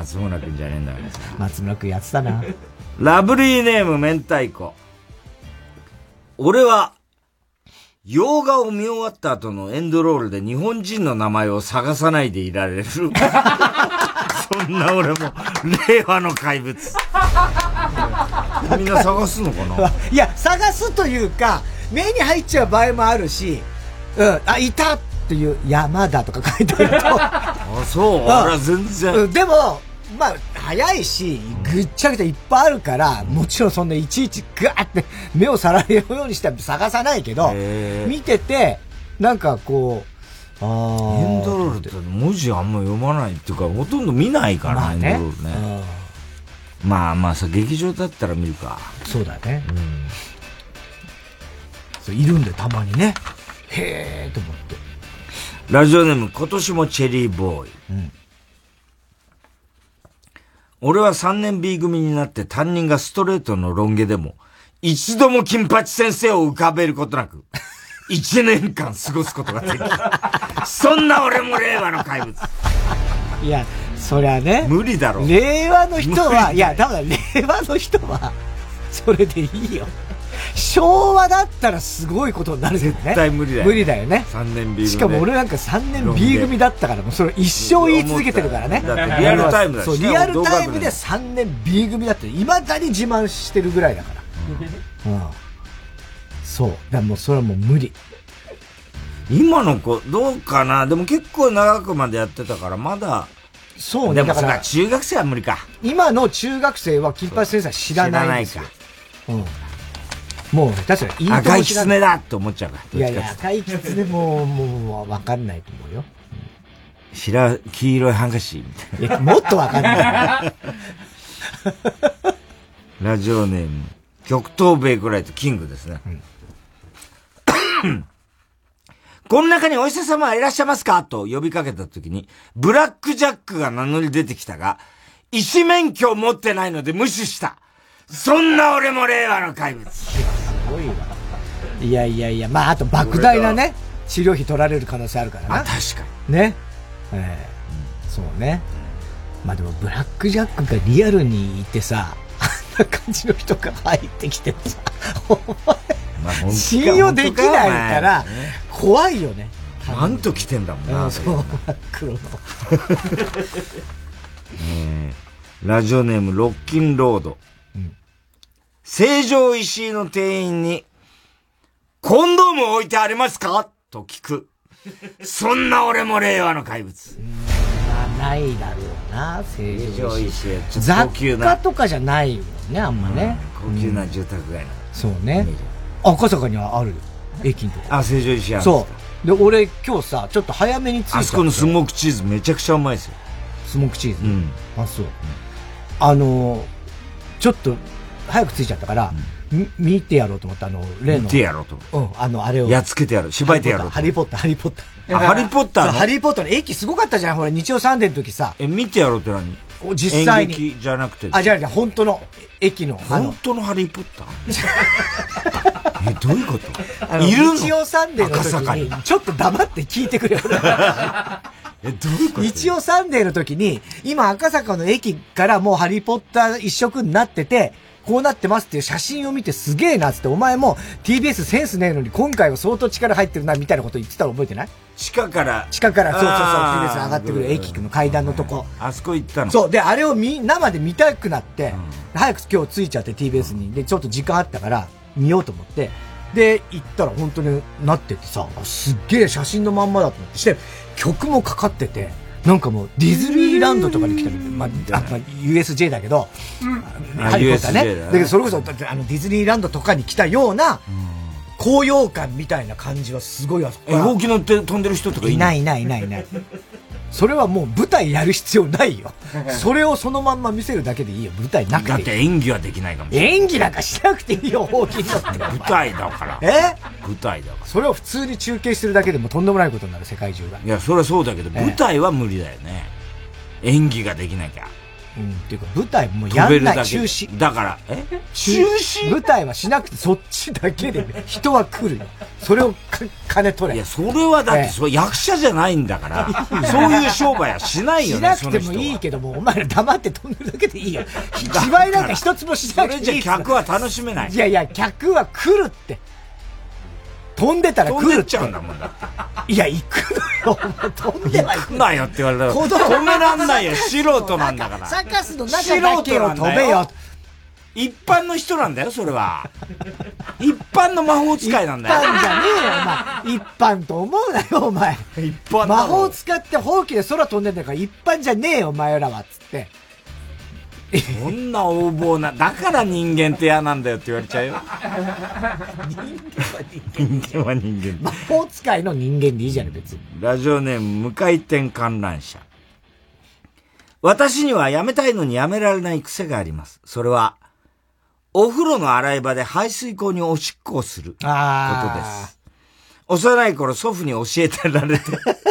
松村くんじゃねえんだからさ。 松村くんやってたな。 ラブリーネーム明太子。俺は、洋画を見終わった後のエンドロールで日本人の名前を探さないでいられる。そんな俺も、令和の怪物。みんな探すのかないや、探すというか、目に入っちゃう場合もあるし、いたっていう山だとか書いてあると。 あ、そう、俺は全然。 でも、まあ、早いし、ぐっちゃぐちゃいっぱいあるから、もちろんそんないちいちガーって目をさられるようにしては探さないけど、見てて、なんかこう、 エンドロールって文字あんま読まないっていうか、ほとんど見ないから、まあね、エンドロールね。まあさ、劇場だったら見るか。 そうだね。そういるんで、たまにね。へーと思って。 ラジオネーム、今年もチェリーボーイ。俺は3年 B 組になって担任がストレートのロン毛でも、一度も金八先生を浮かべることなく、1年間過ごすことができる。そんな俺も令和の怪物。 いや、そりゃね。 無理だろ。 令和の人は、いや、だから令和の人は、それでいいよ。昭和だったらすごいことになるけどね。 絶対無理だよ。 無理だよね。 3年 B 組。 しかも俺なんか3年 B 組だったから、もうそれ一生言い続けてるからね。 だってリアルタイムだし。 そう、リアルタイムで3年 B 組だって、未だに自慢してるぐらいだから。そう。だからもうそれはもう無理。 今の子、どうかな。でも結構長くまでやってたから、まだ。 そうね。 でもさ、中学生は無理か。 今の中学生は金八先生は知らないんですよ。知らないか。もう、確かに赤いキツネだって思っちゃうから。 いやいや、赤いキツネもう、わかんないと思うよ。 黄色いハンカチみたいな。 もっとわかんない。 ラジオネーム、極東ベイクライトキングですね。この中にお医者様はいらっしゃいますかと呼びかけたときに、ブラックジャックが名乗り出てきたが、医師免許を持ってないので無視した。そんな俺も令和の怪物。 すごいわ。いや、まあ、あと莫大なね、治療費取られる可能性あるからな。 まあ確かに。 ね。そうね。まあでも、ブラックジャックがリアルにいてさ、あんな感じの人が入ってきてさ、お前、信用できないから、怖いよね。 マント着てんだもんな。 そう、真っ黒の。 ラジオネーム、ロッキンロード。成城石井の店員に、コンドーム置いてありますかと聞く。そんな俺も令和の怪物。 ないだろうな、成城石井。 雑貨とかじゃないよね、あんまね。 高級な住宅街な。 そうね。赤坂にはあるよ。駅のとこ。 あ、成城石井ある。 そう。で、俺今日さ、ちょっと早めに着いた。 あそこのスモークチーズめちゃくちゃうまいですよ。 スモークチーズあ、そう。ちょっと、早く着いちゃったから、見てやろうと思った、例の。 見てやろうと。 あれを。 やっつけてやる。縛いてやろうと。 ハリーポッター。 ハリーポッターハリーポッターの駅すごかったじゃん、ほら、日曜サンデーの時さ。 見てやろうって何実際に。 演劇じゃなくて。 じゃあ、本当の駅の。 本当のハリーポッターどういうこといるの日曜サンデーの時に、ちょっと黙って聞いてくれよ。 どういうこと日曜サンデーの時に、今赤坂の駅からもうハリーポッター一色になってて、こうなってますっていう写真を見てすげえなっつって、お前も TBS センスねえのに今回は相当力入ってるなみたいなこと言ってたの覚えてない？地下から、そう、TBS 上がってくる駅の階段のとこ。 あそこ行ったの？ そう、で、あれを生で見たくなって、早く今日着いちゃって TBS に。で、ちょっと時間あったから見ようと思って、で、行ったら本当になっててさ、すっげえ写真のまんまだと思って、して、曲もかかってて、なんかもうディズニーランドとかに来たみたいな。まあ、USJ だけど、ハリーポッターね。だけどそれこそ、ディズニーランドとかに来たような、高揚感みたいな感じはすごいわ。 ほうき乗って飛んでる人とかいない。それはもう舞台やる必要ないよ。それをそのまんま見せるだけでいいよ。舞台なくていい。 だって演技はできないかもしれない。 演技なんかしなくていいよ、ほうきに乗って。 舞台だから。舞台だから。 それを普通に中継してるだけでもとんでもないことになる、世界中が。 いや、それはそうだけど、舞台は無理だよね。演技ができなきゃ。 っていうか舞台もうやんない、中止。 だから、 中止舞台はしなくてそっちだけで、ね、人は来るよ。それを金取れ。 いや、それはだって、それ役者じゃないんだから、そういう商売はしないよね、 しなくてもいいけども、お前ら黙って飛んでるだけでいいよ。芝居なんか一つもしなくていい。 それじゃ客は楽しめない。 いやいや、客は来るって。飛んでたら来るって。 飛んでっちゃうんだもんだって。 いや、行くのよ。飛んでは行くなよって言われたら。止めらんないよ。素人なんだから。 サカスの中だけを飛べよ。 一般の人なんだよ、それは。一般の魔法使いなんだよ。 一般じゃねえよ、お前。一般と思うなよ、お前。 一般魔法使ってほうきで空飛んでんだから一般じゃねえよ、お前らは。つって。 そんな横暴な、だから人間って嫌なんだよって言われちゃうよ。人間は人間。 魔法使いの人間でいいじゃん、別に。 ラジオネーム無回転観覧車。私にはやめたいのにやめられない癖があります。それは、お風呂の洗い場で排水口におしっこをすることです。幼い頃祖父に教えてられて。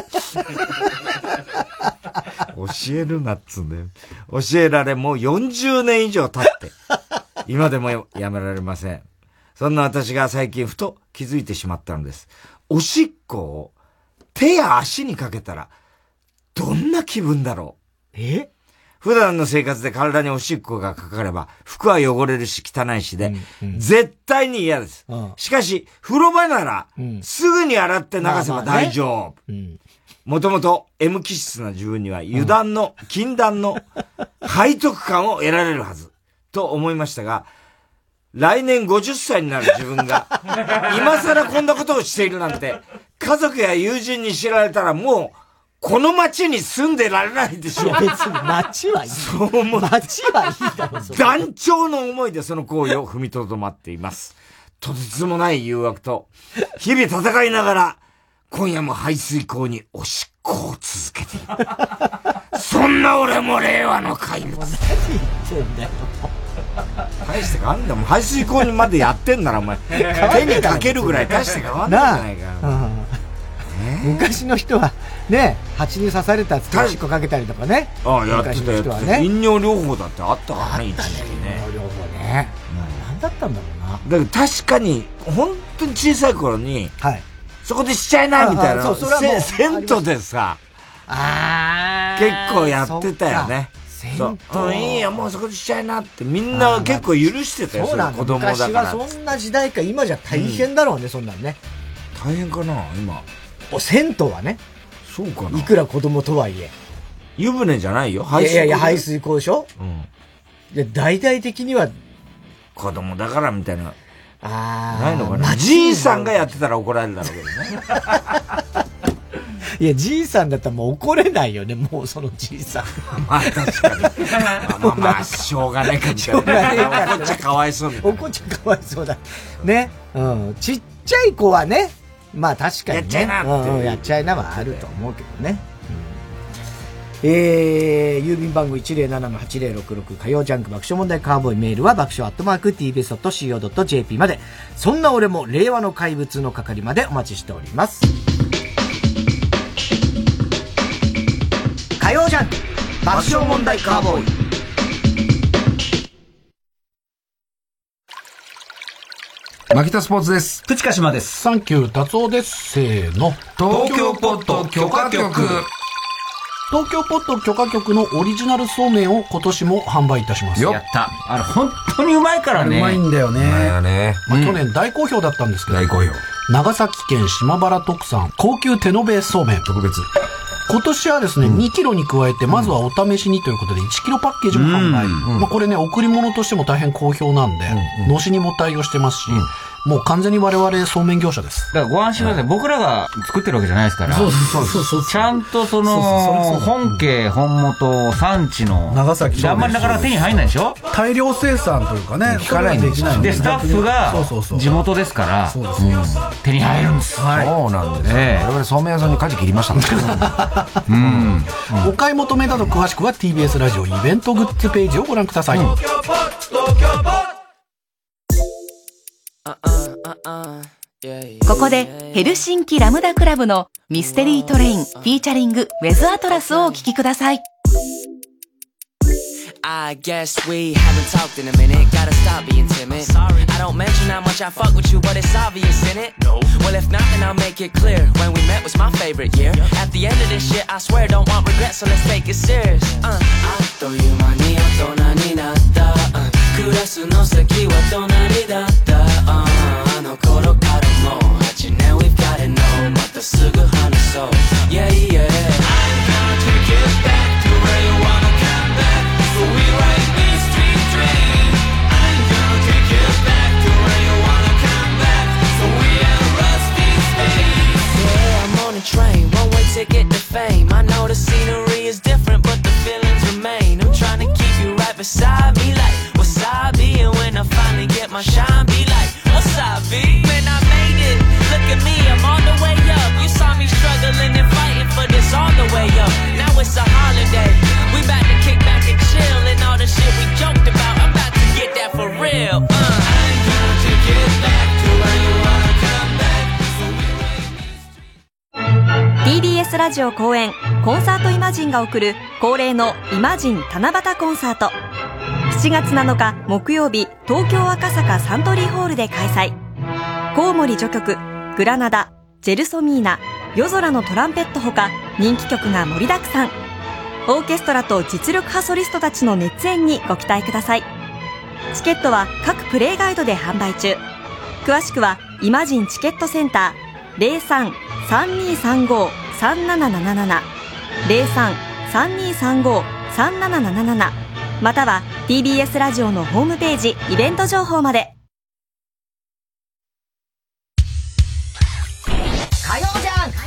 教えるなっつうんだよ。教えられもう40年以上経って、今でもやめられません。そんな私が最近ふと気づいてしまったのです。おしっこを手や足にかけたら、どんな気分だろう。普段の生活で体におしっこがかかれば、服は汚れるし汚いしで、絶対に嫌です。しかし、風呂場なら、すぐに洗って流せば大丈夫。もともと M 気質な自分には油断の、禁断の背徳感を得られるはず、と思いましたが、来年50歳になる自分が、今更こんなことをしているなんて、家族や友人に知られたらもう、この街に住んでられないでしょ。 別に街はいい。 そう思う。 街はいいだろ、 団長の思いでその行為を踏みとどまっています。とてつもない誘惑と、日々戦いながら、今夜も排水口におしっこを続けている。そんな俺も令和の怪物。何言ってんだよ。大して変わんだもん。排水口にまでやってんならお前、手にかけるぐらい大して変わんないじゃないか。 昔の人はね、蜂に刺されたっておしっこかけたりとかね。 ああ、やってたやつ。飲料療法だってあったからね、一時期ね。 飲料療法ね。何だったんだろうな。 だから確かに、本当に小さい頃に、そこでしちゃいなみたいな。銭湯でさ、結構やってたよね。そう。いいよ、もうそこでしちゃいなって。みんな結構許してたよ、 そうなんだ。 子供だから。 昔はそんな時代か、今じゃ大変だろうね、そんなんね。 大変かな、今。 銭湯はね。 そうかな。 いくら子供とはいえ。 湯船じゃないよ、 排水口。いや、排水口でしょ。で、大々的には。 子供だからみたいな。 ないのかな。じいさんがやってたら怒られるだろうけどね。 いや、じいさんだったらもう怒れないよね、もうそのじいさん。 まあ確かに。まあ、しょうがないかみたいな。怒っちゃかわいそうみたいな。 怒っちゃかわいそうだ。ね。ちっちゃい子はね、まあ確かにね。 やっちゃいなって。 やっちゃいなはあると思うけどね。郵便番号 107-8066 火曜ジャンク爆笑問題カーボーイ、メールは爆笑@tbs.co.jp まで。そんな俺も令和の怪物の係までお待ちしております。火曜ジャンク爆笑問題カーボーイ。 牧田スポーツです。 口鹿島です。 サンキュー達夫です。せーの。 東京ポッド許可局。 東京ポッド許可局のオリジナルそうめんを今年も販売いたします。 やった。本当にうまいからね。 うまいんだよね。 去年大好評だったんですけど。 大好評。 長崎県島原特産高級手延べそうめん。 特別。 今年はですね、2キロに加えて、まずはお試しにということで、1キロパッケージも販売。まあこれね、贈り物としても大変好評なんで、のしにも対応してますし、もう完全に我々そうめん業者です。 だからご安心ください。僕らが作ってるわけじゃないですから。 そう。 ちゃんと本家、本元、産地の。 長崎あんまりなかなか手に入んないでしょ？ 大量生産というかね、 力にできない。で、スタッフが地元ですから、手に入るんです。 そうなんですね。我々そうめん屋さんに舵切りましたね。 お買い求めなど詳しくは TBS ラジオイベントグッズページをご覧ください。 ここでヘルシンキラムダクラブのミステリートレインフィーチャリングウェズアトラスをお聴きください。 I guess we haven't talked in a minute. Gotta stop being timid. Sorry, I don't mention how much I fuck with you, but it's obvious in it. No. Well, if not, then I'll make it clear. When we met was my favorite year. At the end of this shit, I swear don't want regrets, so let's take it serious. あっという間に大人になった。クラスの席は隣だった。あの頃からもう8年 we've got it know. またすぐ話そう。Yeah, yeah. I'm gonna take it back to where you wanna come back. So we ride this street train. I'm gonna take it back to where you wanna come back. So we are rusty space. Yeah, I'm on a train, one-way ticket to fame. I know the scenery is different, but the feelings remain. I'm trying to keep you right beside me like wasabi. And when I finally get my shine, be like wasabi. When I made it, look at me, I'm on the way up. You saw me struggling and fighting for this all the way up. Now it's a holiday, we about to kick back and chill. And all the shit we joked about, I'm about to get that for real. I'm gonna take it back to where you wanna come back. TBS ラジオ公演コンサートイマジンが送る恒例のイマジン七夕コンサート、7月7日木曜日、東京赤坂サントリーホールで開催。コウモリ序曲、グラナダ、ジェルソミーナ、夜空のトランペットほか人気曲が盛りだくさん。オーケストラと実力派ソリストたちの熱演にご期待ください。チケットは各プレイガイドで販売中。詳しくはイマジンチケットセンター 03-3235-3777 03-3235-3777 または TBS ラジオのホームページイベント情報まで。 火曜じゃん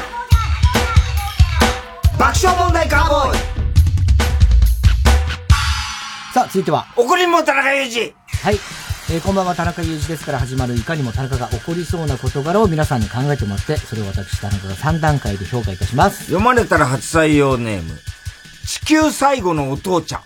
爆笑問題カーボーイ。さあ続いては怒りんぼ田中裕二。 はい、こんばんは、田中裕二ですから始まるいかにも田中が起こりそうな事柄を皆さんに考えてもらって、それを私田中が3段階で評価いたします。 読まれたら初採用ネーム、地球最後のお父ちゃん。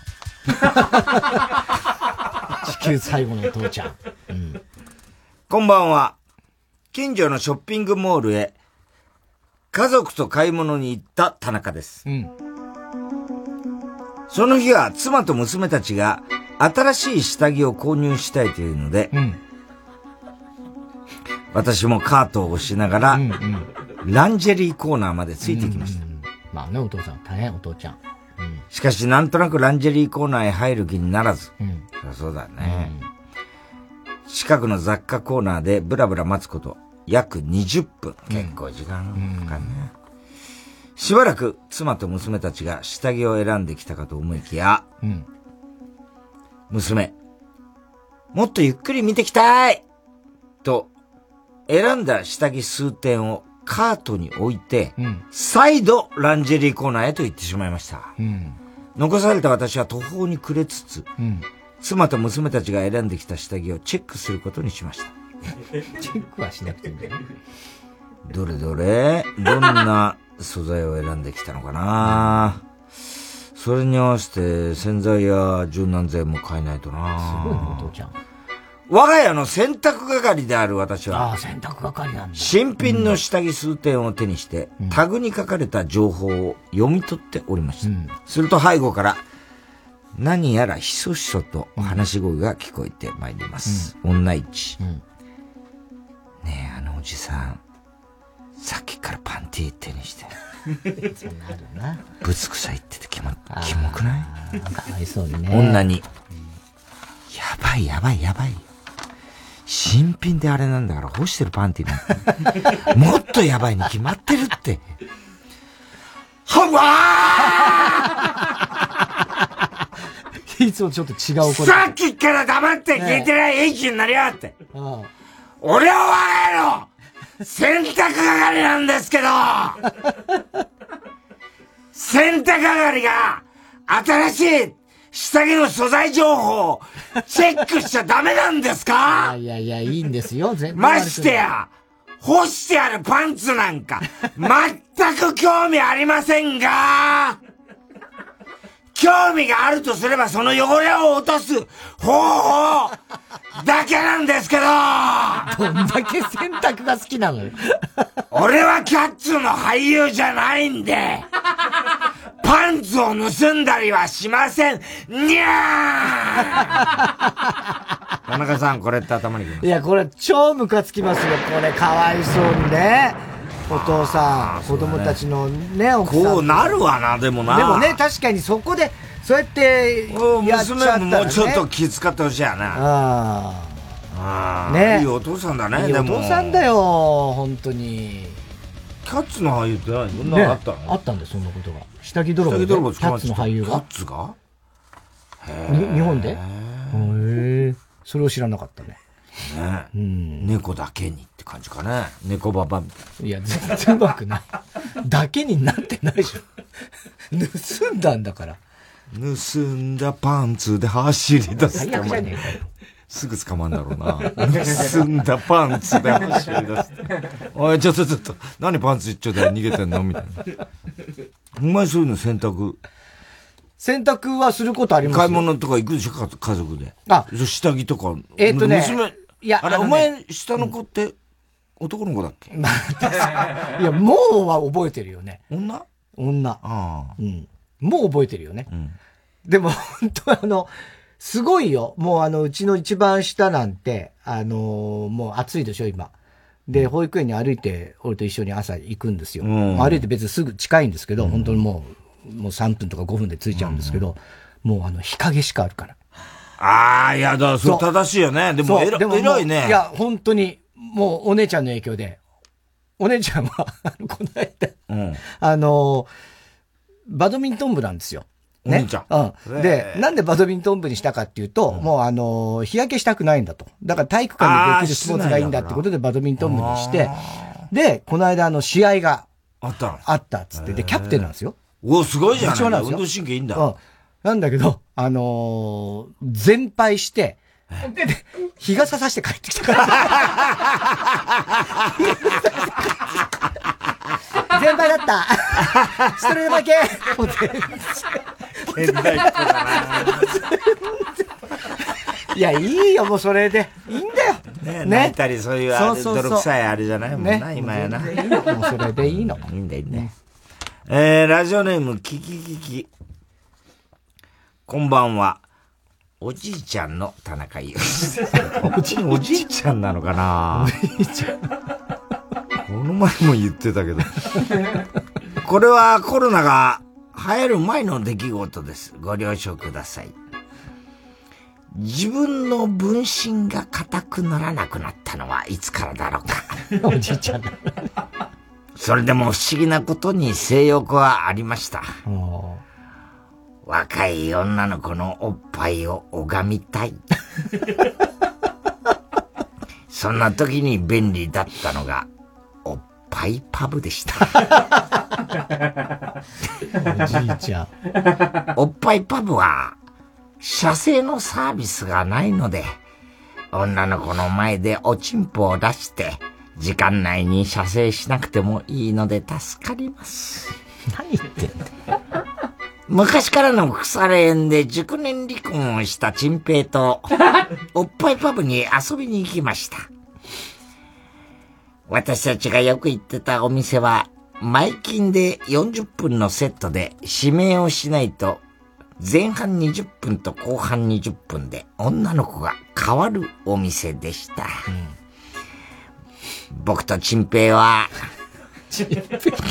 地球最後のお父ちゃん、うん、 こんばんは。近所のショッピングモールへ家族と買い物に行った田中です、うん、その日は妻と娘たちが新しい下着を購入したいというので、うん、私もカートを押しながら、うんうん、ランジェリーコーナーまでついてきました、うんうん、 まあね、お父さん大変お父ちゃん、 うん、しかしなんとなくランジェリーコーナーへ入る気にならず、うん、そうだね、うん、近くの雑貨コーナーでブラブラ待つこと約20分、結構時間かかるね、うん、しばらく妻と娘たちが下着を選んできたかと思いきや、うん、娘、もっとゆっくり見てきたいと選んだ下着数点をカートに置いて、うん、再度ランジェリーコーナーへと行ってしまいました、うん、残された私は途方に暮れつつ、うん、妻と娘たちが選んできた下着をチェックすることにしました。 チェックはしなくていいんだよ。 どれどれどんな素材を選んできたのかな、うん、それに合わせて洗剤や柔軟剤も買えないとな。 すごいね、お父ちゃん。 我が家の洗濯係である私は、 洗濯係なんだ。 新品の下着数点を手にして、うん、タグに書かれた情報を読み取っておりました、うん、すると背後から何やらひそひそと話し声が聞こえてまいります、うん、女一、うん、ねえ、あのおじさんさっきからパンティー手にしてそうなるな。 ぶつくさ言っててキモくない？ かわいそうにね。 女に、やばいやばいやばい、新品であれなんだから干してるパンティーなんもっとやばいに決まってるって。はわーいつもちょっと違う声。 さっきから黙って聞いてない演技になりやがって、俺は我が家の洗濯係なんですけど洗濯係が新しい下着の素材情報をチェックしちゃダメなんですか？ いやいや、いいんですよ。全然。 ましてや、干してあるパンツなんか、全く興味ありませんが、興味があるとすればその汚れを落とす方法だけなんですけど。 どんだけ洗濯が好きなのよ。 俺はキャッツの俳優じゃないんで、パパンツを盗んだりはしません。にゃー田中さん、これって頭にきます。 いや、これ超ムカつきますよ。これかわいそうにね。お父さん、子供たちのね、奥さん。 こうなるわな、でもな。 でもね、確かにそこで、そうやってやっちゃったら、ね、 娘ももうちょっと気遣ってほしいやな。 ああ。 ね。 いいお父さんだね、 いいお父さんだよ、本当に。 キャッツの俳優って何？そんなのあったの？ あったんだよ、そんなことが。下着泥棒で。キャッツの俳優が。 キャッツが？ 日本で？へえ。それを知らなかったね。 ね、うん、猫だけにって感じかね。猫ババみたいな。 いや、全然うまくない。だけになってないじゃん。盗んだんだから。 盗んだパンツで走り出す。 最悪じゃねえかよ。 すぐ捕まんだろうな。盗んだパンツで走り出す。おい、ちょっと、何パンツ一丁で逃げてんのみたいな。お前そういうの洗濯はすることありますよ。 買い物とか行くでしょ家族で。 あ、 下着とか。 娘。 いや、あれ、お前、下の子って、男の子だっけ？ いや、もうは覚えてるよね。 女。 うん。もう覚えてるよね。でも、本当すごいよ。もううちの一番下なんて、もう暑いでしょ、今。で、保育園に歩いて、俺と一緒に朝行くんですよ。歩いて別にすぐ近いんですけど、本当にもう3分とか5分で着いちゃうんですけど、もう日陰しかあるから。 ああ、いやだ、それ正しいよね。でも偉いね。 いや、本当に、もうお姉ちゃんの影響で、お姉ちゃんは、この間、バドミントン部なんですよ。 ね。お姉ちゃん。で、なんでバドミントン部にしたかっていうと、もう日焼けしたくないんだと。だから体育館でできるスポーツがいいんだってことでバドミントン部にして、で、この間試合があったっつって、で、キャプテンなんですよ。 お、すごいじゃん。運動神経いいんだ。 なんだけど、全敗して、で、日傘さして帰ってきたから。全敗だった。一人だけ。 現代っ子だな。 いや、いいよ、もうそれで。いいんだよ。 ね。泣いたり、そういう泥臭いあれじゃないもんな、今やな。 もうそれでいいの。 いいんだよね。ラジオネーム、キキキキ。こんばんは。おじいちゃんの田中裕二。おじいちゃんなのかな？おじいちゃん。この前も言ってたけど。これはコロナが流行る前の出来事です。ご了承ください。自分の分身が硬くならなくなったのはいつからだろうか。おじいちゃんだ。 それでも不思議なことに性欲はありました。若い女の子のおっぱいを拝みたい。そんな時に便利だったのが、おっぱいパブでした。 おじいちゃん。 おっぱいパブは、射精のサービスがないので、女の子の前でおちんぽを出して、時間内に射精しなくてもいいので助かります。 何言ってんだよ。 昔からの腐れ縁で熟年離婚をしたチンペイと、おっぱいパブに遊びに行きました。私たちがよく行ってたお店は、前金で40分のセットで指名をしないと、前半20分と後半20分で女の子が変わるお店でした。僕とチンペイは、 チンペイ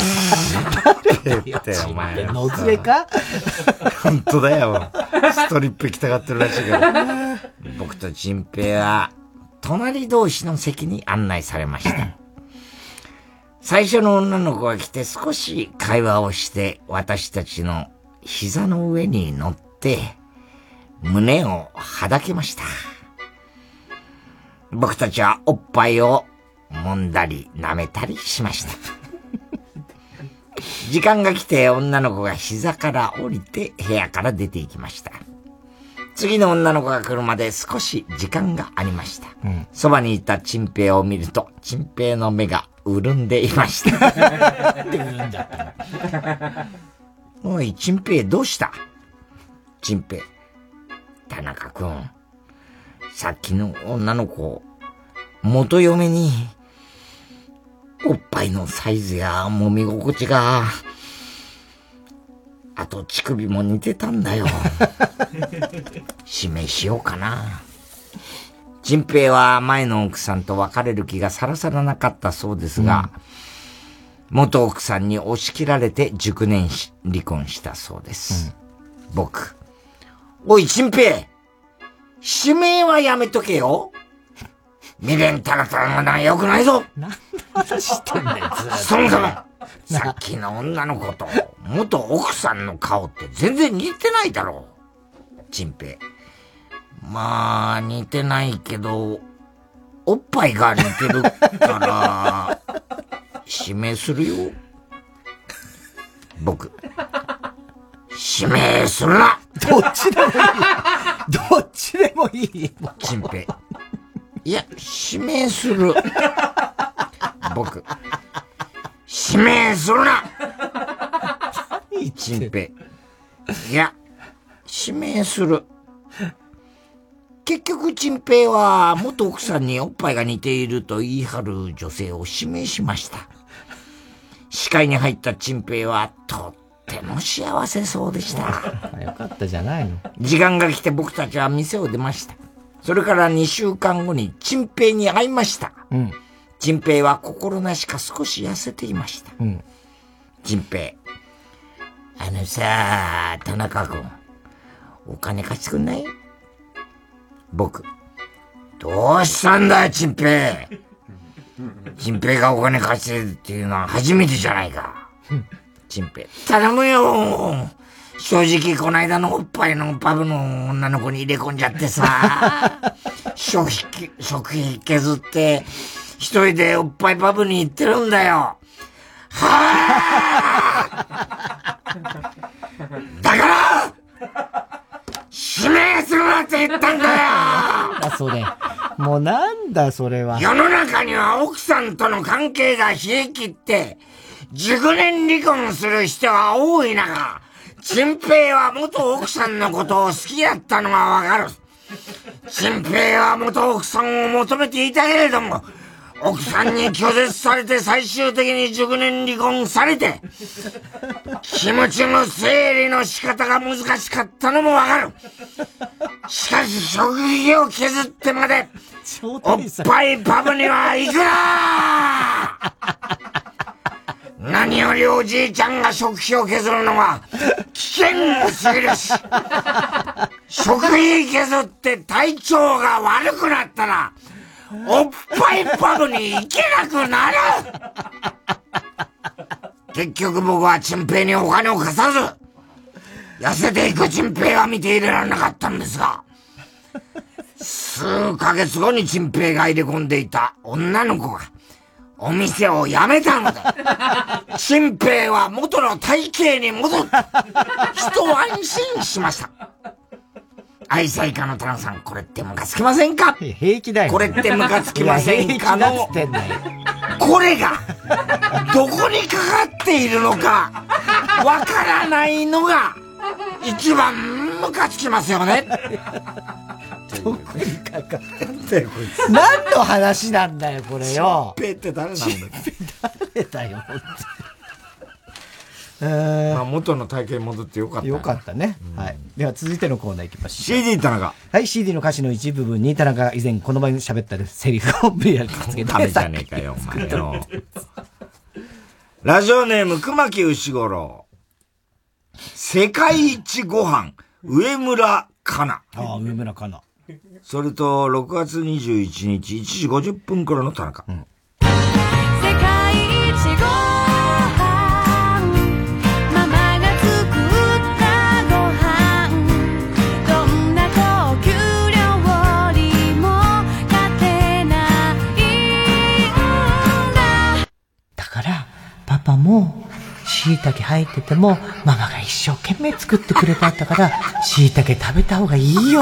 ってお前。のずれか？ 本当だよ。ストリップ行きたがってるらしいから。僕とチンペイは、隣同士の席に案内されました。最初の女の子が来て少し会話をして、私たちの膝の上に乗って、胸をはだけました。僕たちはおっぱいを揉んだり舐めたりしました。時間が来て女の子が膝から降りて部屋から出て行きました。次の女の子が来るまで少し時間がありました。そばにいたチンペイを見ると、チンペイの目が潤んでいました。おい、チンペイどうした？チンペイ。田中くん、さっきの女の子、元嫁に、おっぱいのサイズや揉み心地が、 あと乳首も似てたんだよ。指名しようかな。陳平は前の奥さんと別れる気がさらさらなかったそうですが、元奥さんに押し切られて熟年離婚したそうです。僕。おい、陳平。指名はやめとけよ。未練たらたらが良くないぞ。 何の話してんだよ、ずっと。 そもそも、さっきの女の子と元奥さんの顔って全然似てないだろう。陳平。まあ、似てないけど、おっぱいが似てるから、指名するよ。僕。指名するな。 どっちでもいい。どっちでもいい。 陳平。いや、指名する。僕。指名するな。陳平。いや、指名する。結局、陳平は元奥さんにおっぱいが似ていると言い張る女性を指名しました。視界に入った陳平はとっても幸せそうでした。 よかったじゃないの。 時間が来て僕たちは店を出ました。それから2週間後に陳平に会いました。陳平は心なしか少し痩せていました。陳平。さあ、田中君、お金貸してくんない？僕。どうしたんだよ、陳平。陳平がお金貸してるっていうのは初めてじゃないか。陳平。頼むよ。正直この間のおっぱいのパブの女の子に入れ込んじゃってさ。食費削って、一人でおっぱいパブに行ってるんだよ。はぁだから指名するなって言ったんだよ。 それ。もうなんだそれは。 世の中には奥さんとの関係が冷え切って、熟年離婚する人が多い中、陳平は元奥さんのことを好きだったのがわかる。陳平は元奥さんを求めていたけれども、奥さんに拒絶されて最終的に熟年離婚されて、気持ちの整理の仕方が難しかったのもわかる。しかし食費を削ってまで、おっぱいパブには行くな。何よりおじいちゃんが食費を削るのは危険すぎるし、食費削って体調が悪くなったら、おっぱいパブに行けなくなる。結局僕は陳平にお金を貸さず、痩せていく陳平は見ていられなかったんですが、数ヶ月後に陳平が入れ込んでいた女の子がお店を辞めたので、陳平は元の体型に戻って、一安心しました。愛妻家の田中さん、これってムカつきませんか？ 平気だよ。 これってムカつきませんかの、これが、どこにかかっているのか、わからないのが、一番ムカつきますよね。 どこにかかってる何の話なんだよ、これよ。 陳平って誰なんだよ。 誰だよ、本当に。 まあ元の体型に戻ってよかった、ね。 よかったね。はい。では続いてのコーナー行きましょう。 CD 田中。 はい、CD の歌詞の一部分に田中が以前この場に喋ったセリフを無理やりつけて。 ダメじゃねえかよ、お前よ。ラジオネーム、熊木牛五郎。世界一ご飯、上村かな。 ああ、上村かな。 それと、6月21日、1時50分頃の田中。 世界一ご飯、ママが作ったご飯、どんな高級料理も勝てないんだ。 だから、パパも、椎茸入ってても、ママが一生懸命作ってくれたんだから、椎茸食べた方がいいよ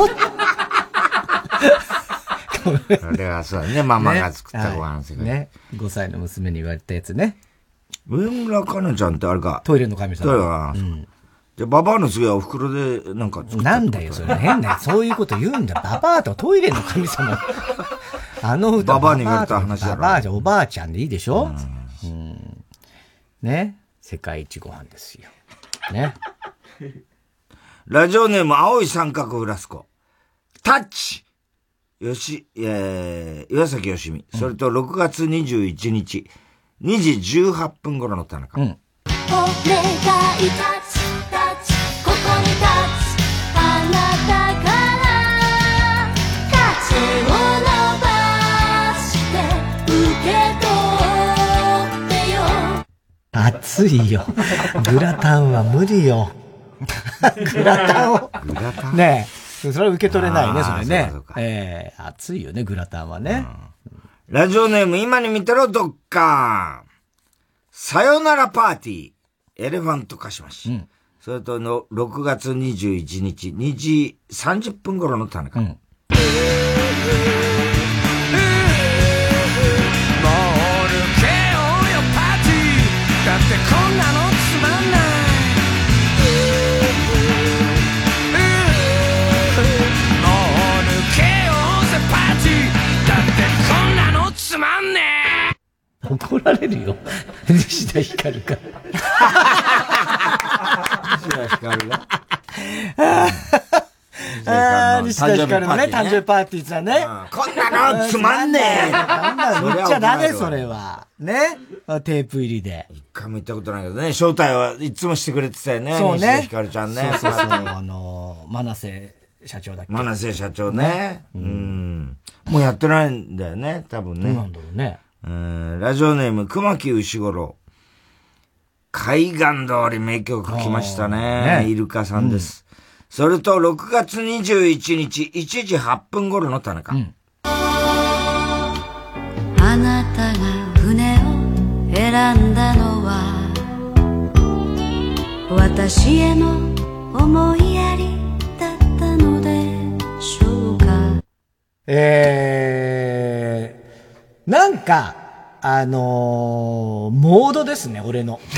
あれはそうだね、ママが作ったご飯ですね。5歳の娘に言われたやつね。 上村かなちゃんってあれか。 トイレの神様。 トイレかな。じゃあ、ババアの次はお袋でなんか作った。 なんだよ、それ変な、そういうこと言うんだ。ババアとトイレの神様。あの歌、 ババアに言われた話だろ。 ババアじゃおばあちゃんでいいでしょ。ね。世界一ご飯ですよ。ね。 ラジオネーム青い三角フラスコ。タッチ岩崎よしみ。それと6月21日、2時18分頃の田中。 お願いタッチタッチ、ここにタッチ、あなたからタッチを伸ばして受け取ってよ。 熱いよ。グラタンは無理よ。グラタンを。 グラタンねえ。それは受け取れないね、それね。熱いよね、グラタンはね。 ラジオネーム、今に見てろ、どっか。さよならパーティー、エレファントカシマシ。それとの、6月21日、2時30分頃の田中。 もう抜けようよパーティー、だってこんなのつまんない。もう抜けようぜパーティー、だってこんなのつまんねえ。 怒られるよ。西田ひかるが。 西田ひかるが。 西田ひかるのね、誕生日パーティーさね。 こんなのつまんねえ。 こんなの言っちゃダメ、それは。ね。テープ入りで。 一回も言ったことないけどね、招待はいつもしてくれてたよね。 そうね。 西田ひかるちゃんね。 そう。真瀬社長だっけ。 真瀬社長ね。もうやってないんだよね、多分ね。 そうなんだろうね。 ラジオネーム、熊木牛五郎。海岸通り名曲来ましたね。イルカさんです。それと、6月21日、1時8分頃の田中。 あなたが船を選んだのは、私への思いやりだったのでしょうか。 なんか、モードですね、俺の。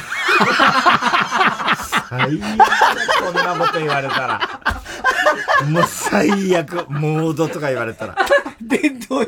最悪こんなこと言われたら。もう最悪、モードとか言われたら。 で、どういう。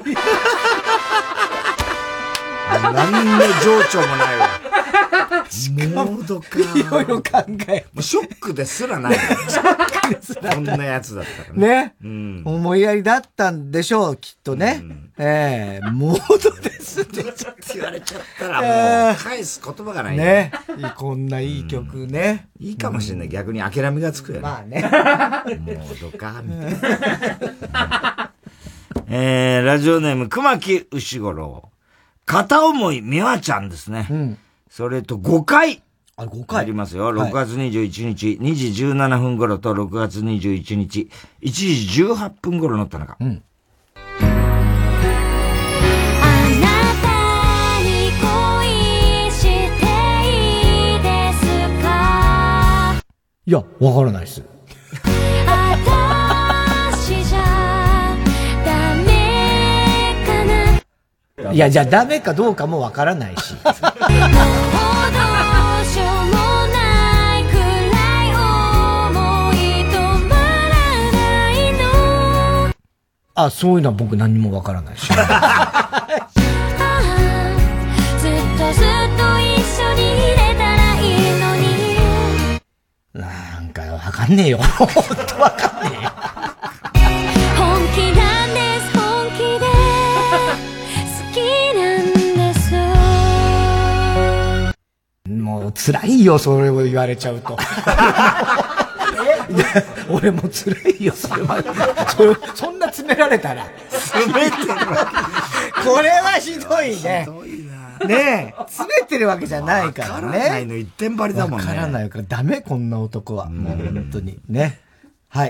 何の情緒もないわ。モードか。 いろいろ考え。 もうショックですらない。 ショックですらない。 こんなやつだったらね。 ね。思いやりだったんでしょう、きっとね。モードですって言われちゃったらもう返す言葉がないね。こんないい曲ね。 いいかもしれない。逆に諦めがつくよね。 まあね。 モードか、みたいな。ラジオネーム、熊木牛五郎。片思い美和ちゃんですね。それと5回。 5回ありますよ。6月21日、2時17分頃と6月21日、1時18分頃の田中。 いや、わからないです。 私じゃダメかな。 いや、じゃあダメかどうかもわからないし。 どうしようもないくらい思い止まらないの。 あ、そういうのは僕何もわからないし。 ずっとずっと一緒にいれたらいいのに。 なんかわかんねえよ。ほんとわかんねえよ。 本気なんです、本気で好きなんです。 もう辛いよ、それを言われちゃうと。俺も辛いよ、それは。そんな詰められたら。 詰めてるわけ。これはひどいね。ひどいな。ねえ、詰めてるわけじゃないからね。わからないの一点張りだもんね。 わからないからダメ、こんな男は。もう本当に。ね。はい。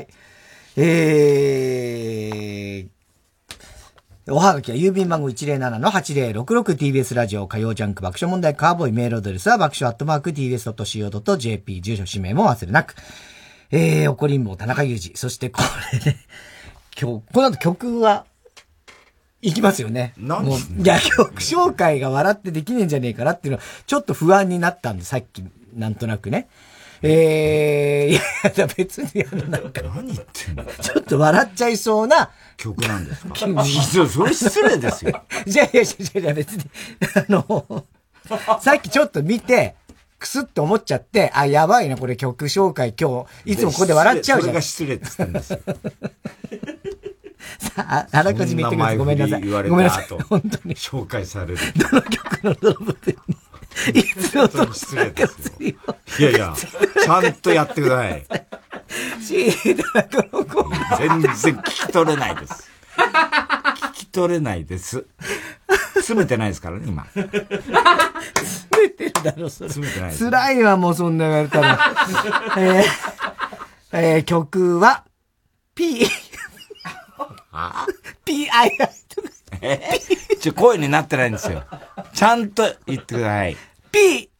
おはがきは郵便番号 107-8066TBS ラジオ火曜ジャンク爆笑問題カーボーイメールアドレスは爆笑@tbs.co.jp 住所氏名も忘れなく。怒りんぼ田中裕二。そしてこれね、この後曲は、いきますよね。もう、いや、曲紹介が笑ってできねえんじゃねえかなっていうのは、ちょっと不安になったんで、さっき、なんとなくね。いや、別になんか、 何言ってんの？ ちょっと笑っちゃいそうな曲なんですか？それ失礼ですよ。 じゃあ別に、さっきちょっと見て、 くすって思っちゃって、あ、やばいな、これ曲紹介今日、いつもここで笑っちゃうじゃん。 それが失礼って言ったんですよ。 さあ、あらかじめ言ってください。ごめんなさい。 ごめんなさい。 本当に。紹介される。 どの曲のドラムでいつもと失礼ですよ。いやいや、ちゃんとやってください。全然聞き取れないです。聞き取れないです。詰めてないですからね、今。 詰めてるだろ、それ。 詰めてないです。 辛いわ、もうそんな言われたら。曲は、P.I.I. 声になってないんですよ。ちゃんと言ってください。 P!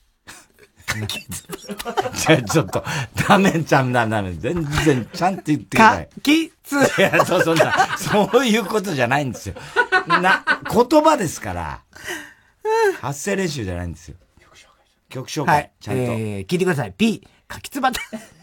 ちょっと、ダメ。全然、ちゃんと言ってください。 きつ。 いや、そういうことじゃないんですよ。言葉ですから。発声練習じゃないんですよ。曲紹介。はい、ちゃんと。 聞いてください。P、かきつばた。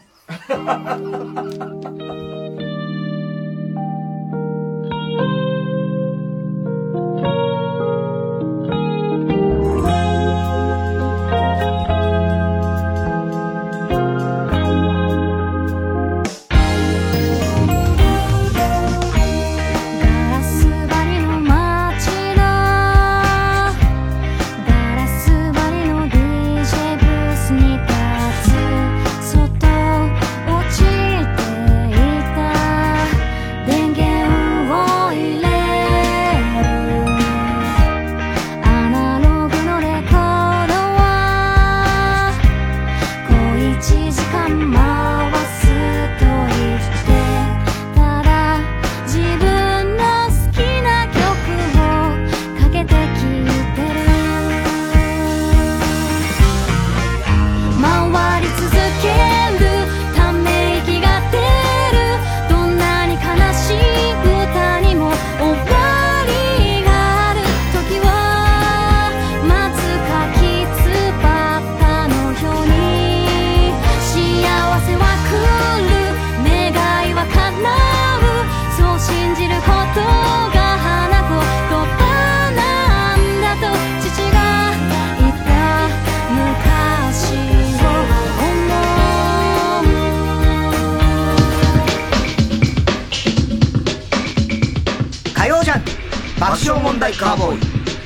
爆笑問題カーボーイ。